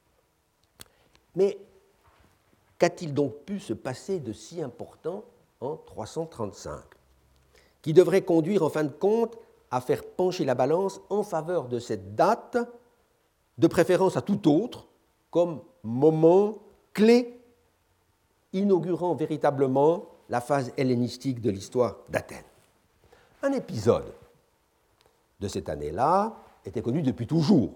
Mais qu'a-t-il donc pu se passer de si important en trois cent trente-cinq, qui devrait conduire en fin de compte à faire pencher la balance en faveur de cette date, de préférence à tout autre, comme moment clé inaugurant véritablement la phase hellénistique de l'histoire d'Athènes. Un épisode de cette année-là était connu depuis toujours,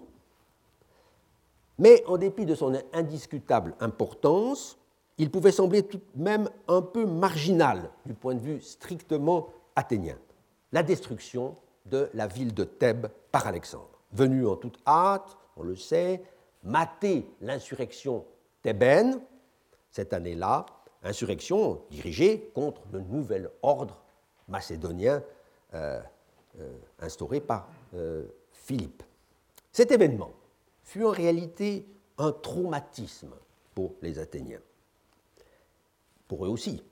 mais en dépit de son indiscutable importance, il pouvait sembler tout de même un peu marginal du point de vue strictement athénien, la destruction de la ville de Thèbes par Alexandre. Venu en toute hâte, on le sait, mater l'insurrection thébaine, cette année-là, insurrection dirigée contre le nouvel ordre macédonien euh, euh, instauré par euh, Philippe. Cet événement fut en réalité un traumatisme pour les Athéniens, pour eux aussi,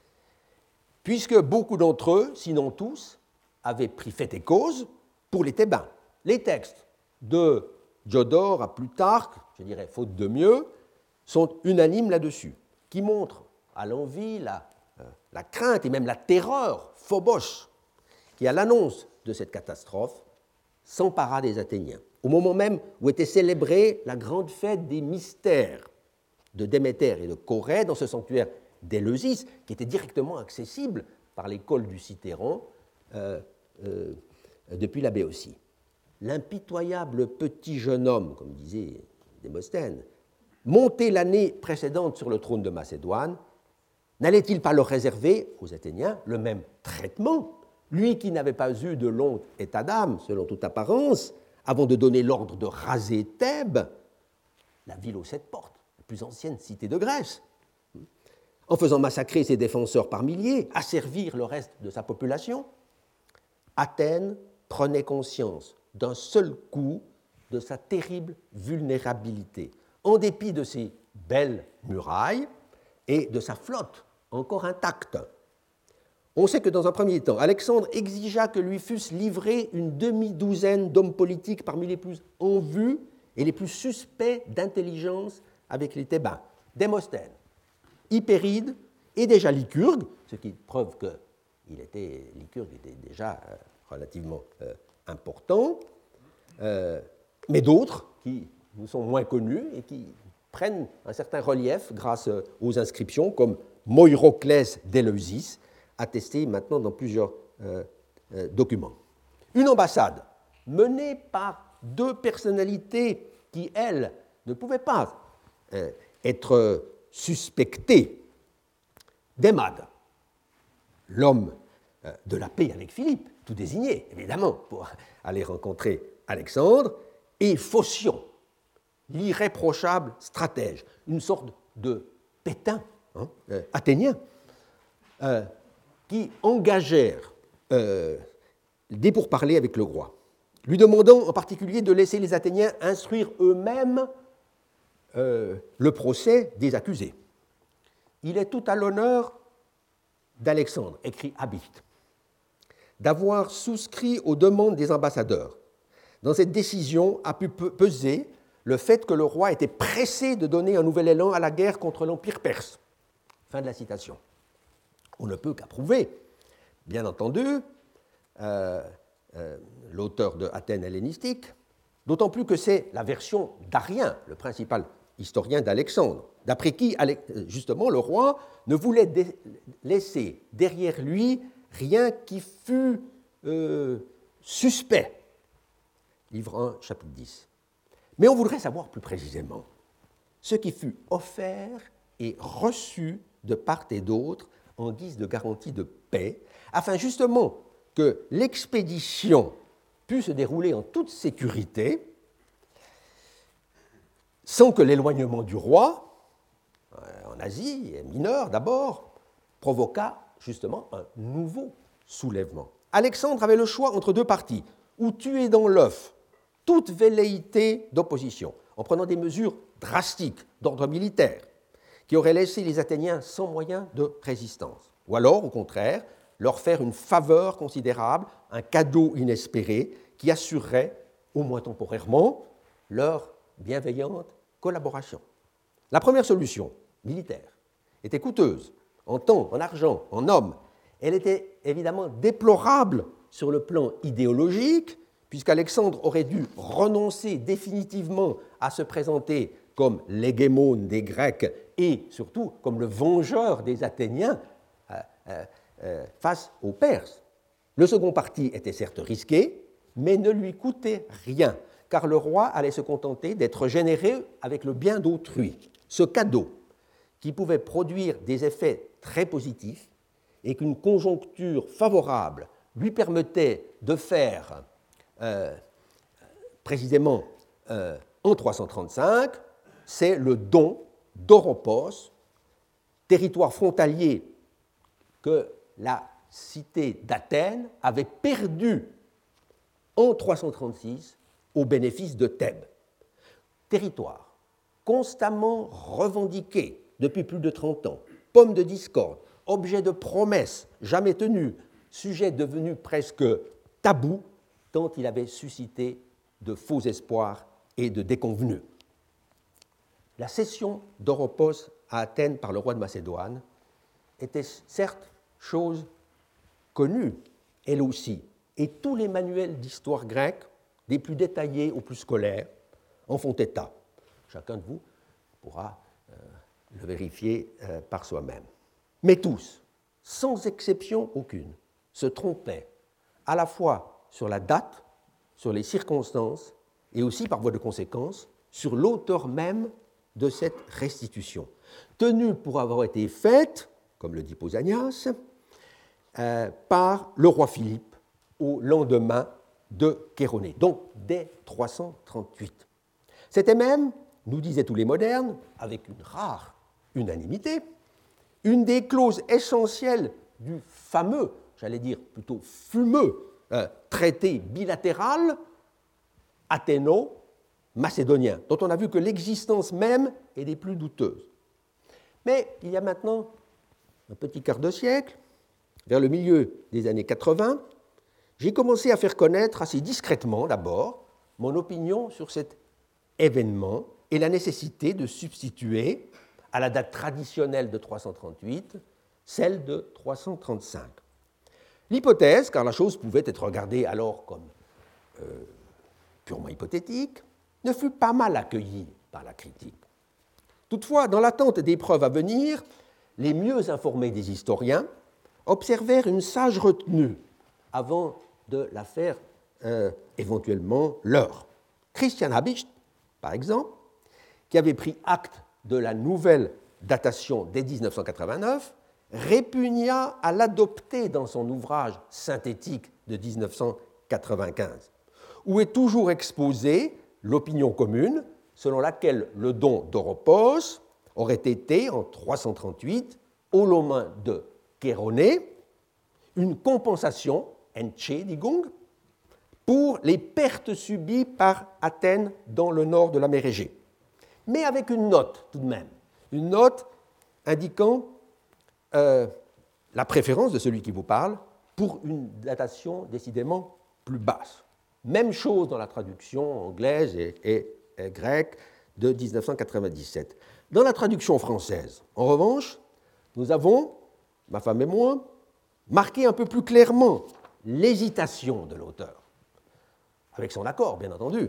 puisque beaucoup d'entre eux, sinon tous, avaient pris fait et cause pour les Thébains. Les textes de Diodore à Plutarque, je dirais faute de mieux, sont unanimes là-dessus, qui montrent à l'envi la, euh, la crainte et même la terreur, phobos, qui à l'annonce de cette catastrophe s'empara des Athéniens, au moment même où était célébrée la grande fête des mystères de Déméter et de Corée dans ce sanctuaire d'Éleusis, qui était directement accessible par l'école du Cithéron euh, euh, depuis la Béotie. L'impitoyable petit jeune homme, comme disait Démosthène, monté l'année précédente sur le trône de Macédoine, n'allait-il pas leur réserver aux Athéniens le même traitement, lui qui n'avait pas eu de long état d'âme, selon toute apparence, avant de donner l'ordre de raser Thèbes, la ville aux sept portes, la plus ancienne cité de Grèce, en faisant massacrer ses défenseurs par milliers, asservir le reste de sa population? Athènes prenait conscience d'un seul coup de sa terrible vulnérabilité, en dépit de ses belles murailles et de sa flotte encore intacte. On sait que dans un premier temps, Alexandre exigea que lui fussent livrés une demi-douzaine d'hommes politiques parmi les plus en vue et les plus suspects d'intelligence avec les Thébains. Démosthène, Hypéride et déjà lycurgue, ce qui prouve qu'il était lycurgue était déjà euh, relativement euh, important, euh, mais d'autres qui nous sont moins connus et qui prennent un certain relief grâce aux inscriptions, comme Moiroclès d'Éleusis, attesté maintenant dans plusieurs euh, euh, documents. Une ambassade menée par deux personnalités qui, elles, ne pouvaient pas euh, être suspectées d'Emad, l'homme euh, de la paix avec Philippe, tout désigné, évidemment, pour aller rencontrer Alexandre, et Phocion, l'irréprochable stratège, une sorte de Pétain hein, euh, athénien, euh, qui engagèrent euh, des pourparlers avec le roi, lui demandant en particulier de laisser les Athéniens instruire eux-mêmes euh, le procès des accusés. Il est tout à l'honneur d'Alexandre, écrit Abite, d'avoir souscrit aux demandes des ambassadeurs. Dans cette décision a pu peser le fait que le roi était pressé de donner un nouvel élan à la guerre contre l'Empire perse. Fin de la citation. On ne peut qu'approuver, bien entendu, euh, euh, l'auteur de Athènes hellénistique, d'autant plus que c'est la version d'Arien, le principal historien d'Alexandre, d'après qui, justement, le roi ne voulait dé- laisser derrière lui rien qui fût euh, suspect. Livre un, chapitre dix. Mais on voudrait savoir plus précisément ce qui fut offert et reçu de part et d'autre en guise de garantie de paix, afin justement que l'expédition pût se dérouler en toute sécurité, sans que l'éloignement du roi, en Asie, mineure d'abord, provoquât justement un nouveau soulèvement. Alexandre avait le choix entre deux partis, ou tuer dans l'œuf toute velléité d'opposition, en prenant des mesures drastiques d'ordre militaire, qui auraient laissé les Athéniens sans moyen de résistance, ou alors, au contraire, leur faire une faveur considérable, un cadeau inespéré, qui assurerait, au moins temporairement, leur bienveillante collaboration. La première solution, militaire, était coûteuse, en temps, en argent, en hommes. Elle était évidemment déplorable sur le plan idéologique, puisqu'Alexandre aurait dû renoncer définitivement à se présenter comme l'hégémone des Grecs et surtout comme le vengeur des Athéniens euh, euh, euh, face aux Perses. Le second parti était certes risqué, mais ne lui coûtait rien, car le roi allait se contenter d'être généreux avec le bien d'autrui. Ce cadeau, qui pouvait produire des effets très positifs et qu'une conjoncture favorable lui permettait de faire euh, précisément euh, en trois cent trente-cinq, c'est le don d'Oropos, territoire frontalier que la cité d'Athènes avait perdu en trois cent trente-six au bénéfice de Thèbes. Territoire constamment revendiqué depuis plus de trente ans, pomme de discorde, objet de promesses jamais tenues, sujet devenu presque tabou tant il avait suscité de faux espoirs et de déconvenues. La cession d'Oropos à Athènes par le roi de Macédoine était certes chose connue, elle aussi, et tous les manuels d'histoire grecque, des plus détaillés aux plus scolaires, en font état. Chacun de vous pourra euh, le vérifier euh, par soi-même. Mais tous, sans exception aucune, se trompaient à la fois sur la date, sur les circonstances, et aussi, par voie de conséquence, sur l'auteur même de cette restitution, tenue pour avoir été faite, comme le dit Pausanias, euh, par le roi Philippe au lendemain de Chéronée, donc dès trois cent trente-huit. C'était même, nous disaient tous les modernes, avec une rare unanimité, une des clauses essentielles du fameux, j'allais dire plutôt fumeux, euh, traité bilatéral athéno-macédonien, dont on a vu que l'existence même est des plus douteuses. Mais il y a maintenant un petit quart de siècle, vers le milieu des années quatre-vingts, j'ai commencé à faire connaître assez discrètement d'abord mon opinion sur cet événement et la nécessité de substituer à la date traditionnelle de trois cent trente-huit celle de trois cent trente-cinq. L'hypothèse, car la chose pouvait être regardée alors comme euh, purement hypothétique, ne fut pas mal accueillie par la critique. Toutefois, dans l'attente des preuves à venir, les mieux informés des historiens observèrent une sage retenue avant de la faire euh, éventuellement leur. Christian Habicht, par exemple, qui avait pris acte de la nouvelle datation dès dix-neuf cent quatre-vingt-neuf, répugna à l'adopter dans son ouvrage synthétique de dix-neuf cent quatre-vingt-quinze, où est toujours exposée l'opinion commune selon laquelle le don d'Oropos aurait été, en trois cent trente-huit, au lendemain de Chéronée, une compensation, Entschädigung, pour les pertes subies par Athènes dans le nord de la mer Égée. Mais avec une note tout de même, une note indiquant euh, la préférence de celui qui vous parle pour une datation décidément plus basse. Même chose dans la traduction anglaise et, et, et grecque de dix-neuf cent quatre-vingt-dix-sept. Dans la traduction française, en revanche, nous avons, ma femme et moi, marqué un peu plus clairement l'hésitation de l'auteur, avec son accord, bien entendu,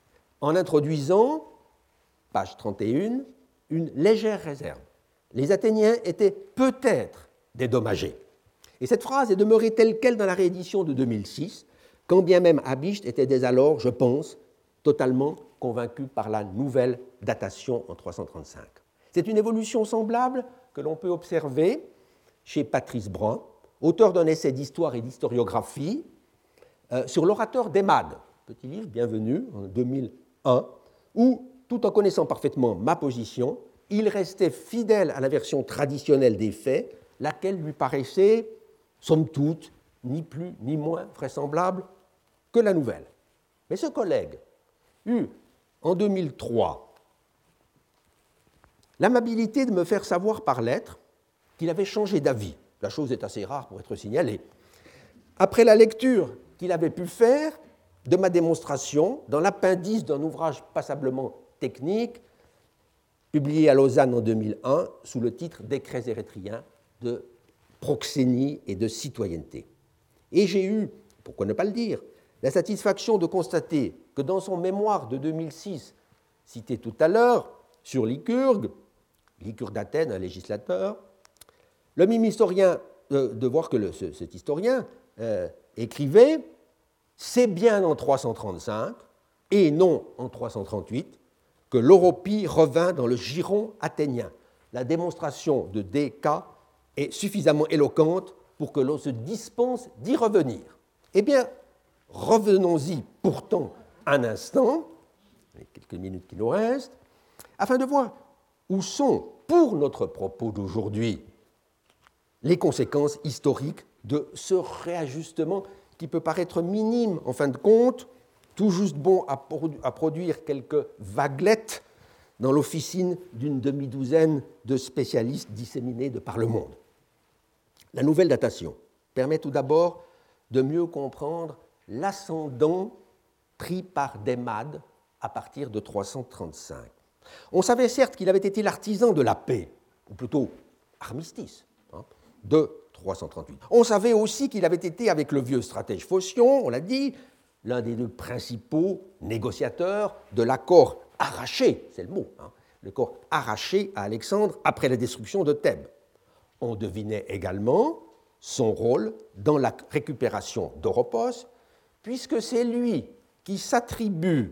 en introduisant, page trente et un, une légère réserve. Les Athéniens étaient peut-être dédommagés. Et cette phrase est demeurée telle quelle dans la réédition de deux mille six, quand bien même Habicht était dès alors, je pense, totalement convaincu par la nouvelle datation en trois cent trente-cinq. C'est une évolution semblable que l'on peut observer chez Patrice Brun, auteur d'un essai d'histoire et d'historiographie euh, sur l'orateur d'Émade, petit livre bienvenu en deux mille un, où, tout en connaissant parfaitement ma position, il restait fidèle à la version traditionnelle des faits, laquelle lui paraissait, somme toute, ni plus ni moins vraisemblable que la nouvelle. Mais ce collègue eut, en deux mille trois, l'amabilité de me faire savoir par lettre qu'il avait changé d'avis. La chose est assez rare pour être signalée. Après la lecture qu'il avait pu faire de ma démonstration dans l'appendice d'un ouvrage passablement technique publié à Lausanne en deux mille un sous le titre « Décrets érythréens de proxénie et de citoyenneté ». Et j'ai eu, pourquoi ne pas le dire, la satisfaction de constater que dans son mémoire de deux mille six, cité tout à l'heure, sur Lycurgue, Lycurgue d'Athènes, un législateur, le mime historien, euh, de voir que le, ce, cet historien euh, écrivait « C'est bien en trois cent trente-cinq et non en trois cent trente-huit que l'Europie revint dans le giron athénien. La démonstration de D K est suffisamment éloquente pour que l'on se dispense d'y revenir. » Eh bien, revenons-y pourtant un instant, les quelques minutes qui nous restent, afin de voir où sont, pour notre propos d'aujourd'hui, les conséquences historiques de ce réajustement qui peut paraître minime en fin de compte, tout juste bon à, produ- à produire quelques vaguelettes dans l'officine d'une demi-douzaine de spécialistes disséminés de par le monde. La nouvelle datation permet tout d'abord de mieux comprendre l'ascendant pris par Démade à partir de trois cent trente-cinq. On savait certes qu'il avait été l'artisan de la paix, ou plutôt armistice, hein, de trois cent trente-huit. On savait aussi qu'il avait été, avec le vieux stratège Phocion, on l'a dit, l'un des deux principaux négociateurs de l'accord arraché, c'est le mot, hein, l'accord arraché à Alexandre après la destruction de Thèbes. On devinait également son rôle dans la récupération d'Oropos, puisque c'est lui qui s'attribue,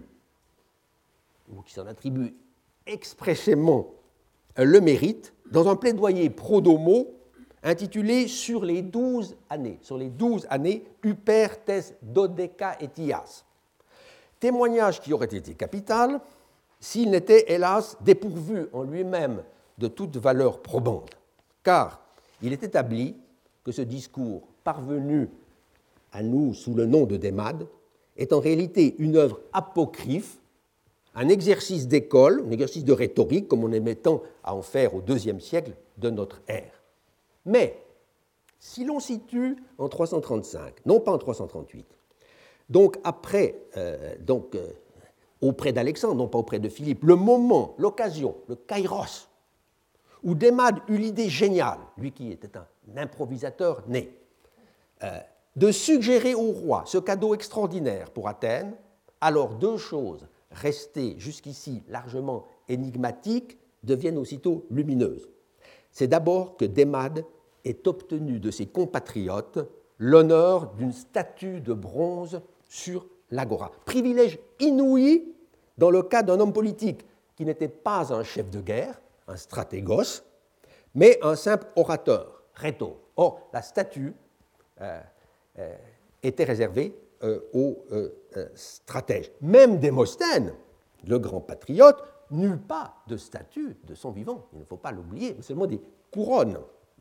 ou qui s'en attribue expressément le mérite, dans un plaidoyer pro-domo intitulé « Sur les douze années », sur les douze années « Uper tes dodeka etias », témoignage qui aurait été capital s'il n'était, hélas, dépourvu en lui-même de toute valeur probante, car il est établi que ce discours parvenu à nous sous le nom de Démade est en réalité une œuvre apocryphe, un exercice d'école, un exercice de rhétorique, comme on aimait tant à en faire au deuxième siècle de notre ère. Mais, si l'on situe en trois cent trente-cinq, non pas en trois cent trente-huit, donc après, euh, donc, euh, auprès d'Alexandre, non pas auprès de Philippe, le moment, l'occasion, le kairos, où Démade eut l'idée géniale, lui qui était un improvisateur né, euh, de suggérer au roi ce cadeau extraordinaire pour Athènes, alors deux choses restées jusqu'ici largement énigmatiques deviennent aussitôt lumineuses. C'est d'abord que Démade ait obtenu de ses compatriotes l'honneur d'une statue de bronze sur l'agora. Privilège inouï dans le cas d'un homme politique qui n'était pas un chef de guerre, un stratégos, mais un simple orateur, rhétor. Or, la statue euh, euh, était réservée euh, aux euh, euh, stratèges. Même Démosthène, le grand patriote, n'eut pas de statue de son vivant, il ne faut pas l'oublier, mais seulement des couronnes.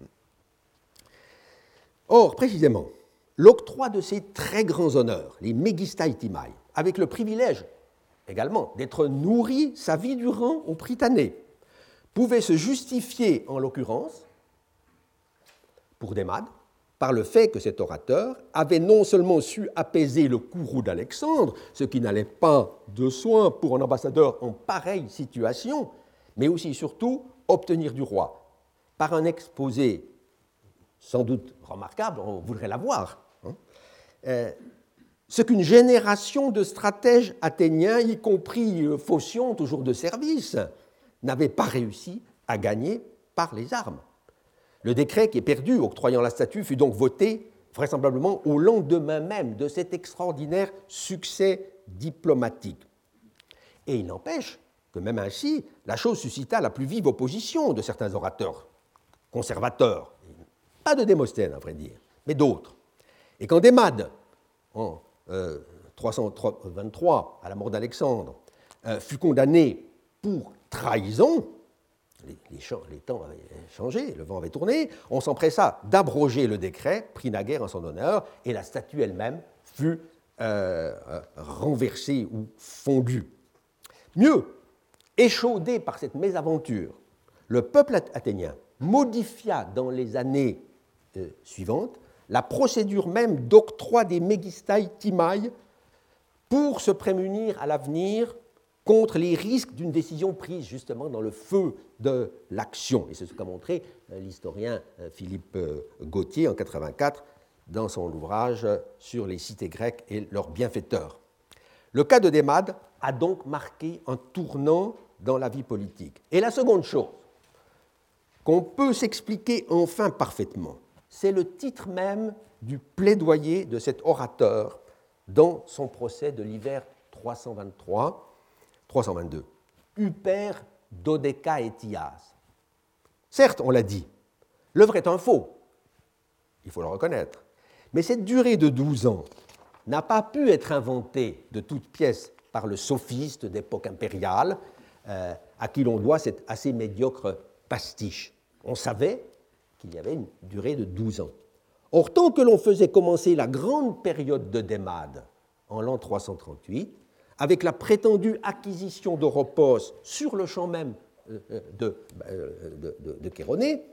Or, précisément, l'octroi de ces très grands honneurs, les Megistai Timai, avec le privilège également d'être nourri sa vie durant au Prytanée, pouvait se justifier, en l'occurrence, pour Démade, par le fait que cet orateur avait non seulement su apaiser le courroux d'Alexandre, ce qui n'allait pas de soi pour un ambassadeur en pareille situation, mais aussi et surtout obtenir du roi, par un exposé sans doute remarquable, on voudrait l'avoir, hein, euh, ce qu'une génération de stratèges athéniens, y compris Phocion, toujours de service, n'avait pas réussi à gagner par les armes. Le décret qui est perdu, octroyant la statue, fut donc voté vraisemblablement au lendemain même de cet extraordinaire succès diplomatique. Et il n'empêche que même ainsi, la chose suscita la plus vive opposition de certains orateurs conservateurs, pas de Démosthène à vrai dire, mais d'autres. Et quand Démade, en euh, trois cent vingt-trois, à la mort d'Alexandre, euh, fut condamné pour trahison, les, les, les temps avaient changé, le vent avait tourné, on s'empressa d'abroger le décret, pris naguère en son honneur, et la statue elle-même fut euh, euh, renversée ou fondue. Mieux, échaudé par cette mésaventure, le peuple athénien modifia dans les années euh, suivantes la procédure même d'octroi des Megistai Timai pour se prémunir à l'avenir contre les risques d'une décision prise justement dans le feu de l'action. Et c'est ce qu'a montré l'historien Philippe Gautier en mille neuf cent quatre-vingt-quatre dans son ouvrage sur les cités grecques et leurs bienfaiteurs. Le cas de Démade a donc marqué un tournant dans la vie politique. Et la seconde chose qu'on peut s'expliquer enfin parfaitement, c'est le titre même du plaidoyer de cet orateur dans son procès de l'hiver trois cent vingt-trois trois cent vingt-deux, Uper Dodekaetias. Certes, on l'a dit, l'œuvre est un faux, il faut le reconnaître, mais cette durée de douze ans n'a pas pu être inventée de toutes pièces par le sophiste d'époque impériale euh, à qui l'on doit cette assez médiocre pastiche. On savait qu'il y avait une durée de douze ans. Or, tant que l'on faisait commencer la grande période de Démade en l'an trois cent trente-huit, avec la prétendue acquisition d'Oropos sur le champ même de, de, de, de, de Chéronée,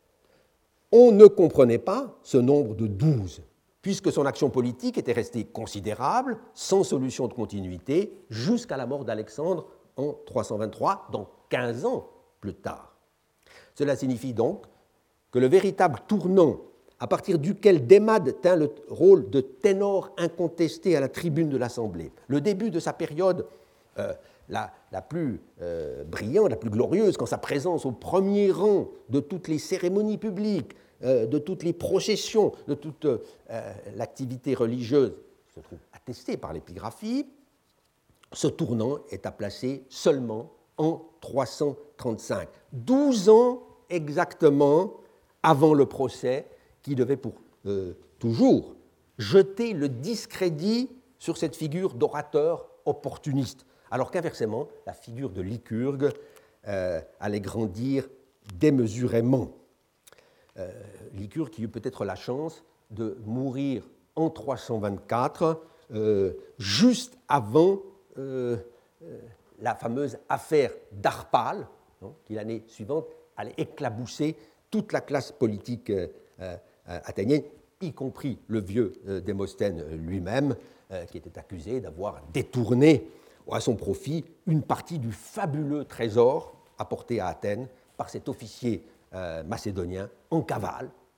on ne comprenait pas ce nombre de douze, puisque son action politique était restée considérable, sans solution de continuité, jusqu'à la mort d'Alexandre en trois cent vingt-trois, donc quinze ans plus tard. Cela signifie donc que le véritable tournant à partir duquel Démade tint le rôle de ténor incontesté à la tribune de l'Assemblée, le début de sa période euh, la, la plus euh, brillante, la plus glorieuse, quand sa présence au premier rang de toutes les cérémonies publiques, euh, de toutes les processions, de toute euh, l'activité religieuse, se trouve attestée par l'épigraphie, ce tournant est à placer seulement en trois cent trente-cinq, douze ans exactement avant le procès qui devait pour euh, toujours jeter le discrédit sur cette figure d'orateur opportuniste, alors qu'inversement, la figure de Lycurgue euh, allait grandir démesurément. Euh, Lycurgue qui eut peut-être la chance de mourir en trois cent vingt-quatre, euh, juste avant euh, euh, la fameuse affaire d'Harpale, hein, qui l'année suivante allait éclabousser toute la classe politique euh, euh, athénienne, y compris le vieux euh, Démosthène lui-même, euh, qui était accusé d'avoir détourné à son profit une partie du fabuleux trésor apporté à Athènes par cet officier euh, macédonien en cavale, hein,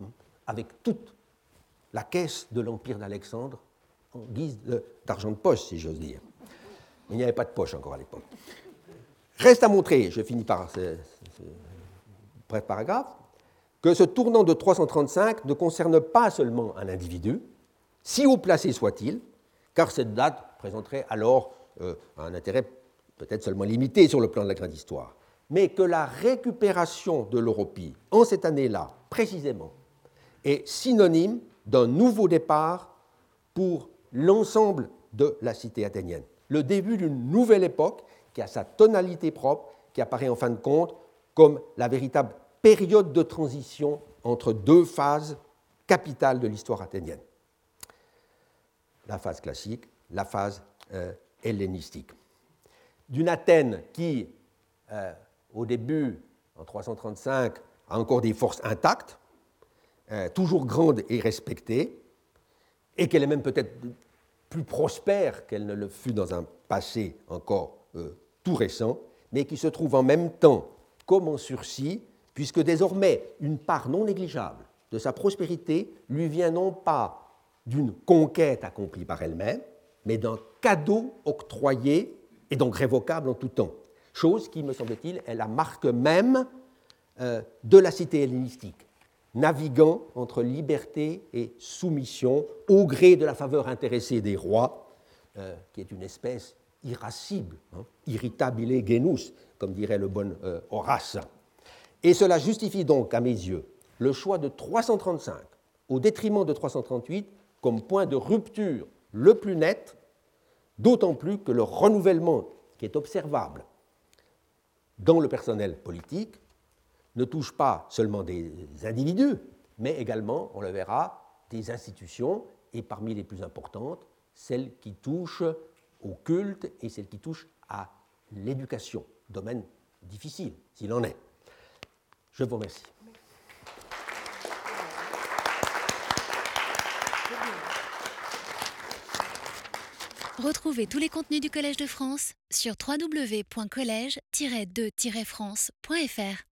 avec toute la caisse de l'Empire d'Alexandre en guise de, d'argent de poche, si j'ose dire. Mais il n'y avait pas de poche encore à l'époque. Reste à montrer, je finis par ce, ce bref paragraphe, que ce tournant de trois cent trente-cinq ne concerne pas seulement un individu, si haut placé soit-il, car cette date présenterait alors euh, un intérêt peut-être seulement limité sur le plan de la grande histoire, mais que la récupération de l'Europie en cette année-là, précisément, est synonyme d'un nouveau départ pour l'ensemble de la cité athénienne. Le début d'une nouvelle époque qui a sa tonalité propre, qui apparaît en fin de compte comme la véritable période de transition entre deux phases capitales de l'histoire athénienne. La phase classique, la phase euh, hellénistique. D'une Athènes qui, euh, au début, en trois cent trente-cinq, a encore des forces intactes, euh, toujours grande et respectée, et qu'elle est même peut-être plus prospère qu'elle ne le fut dans un passé encore euh, tout récent, mais qui se trouve en même temps comme en sursis, puisque désormais une part non négligeable de sa prospérité lui vient non pas d'une conquête accomplie par elle-même, mais d'un cadeau octroyé et donc révocable en tout temps, chose qui, me semble-t-il, est la marque même euh, de la cité hellénistique, naviguant entre liberté et soumission au gré de la faveur intéressée des rois, euh, qui est une espèce irascible, hein, irritabile genus, comme dirait le bon euh, Horace. Et cela justifie donc, à mes yeux, le choix de trois cent trente-cinq au détriment de trois cent trente-huit comme point de rupture le plus net, d'autant plus que le renouvellement qui est observable dans le personnel politique ne touche pas seulement des individus, mais également, on le verra, des institutions, et parmi les plus importantes, celles qui touchent au culte et celles qui touchent à l'éducation, domaine difficile s'il en est. Je vous remercie. Retrouvez tous les contenus du Collège de France sur w w w point collège tiret de tiret france point f r.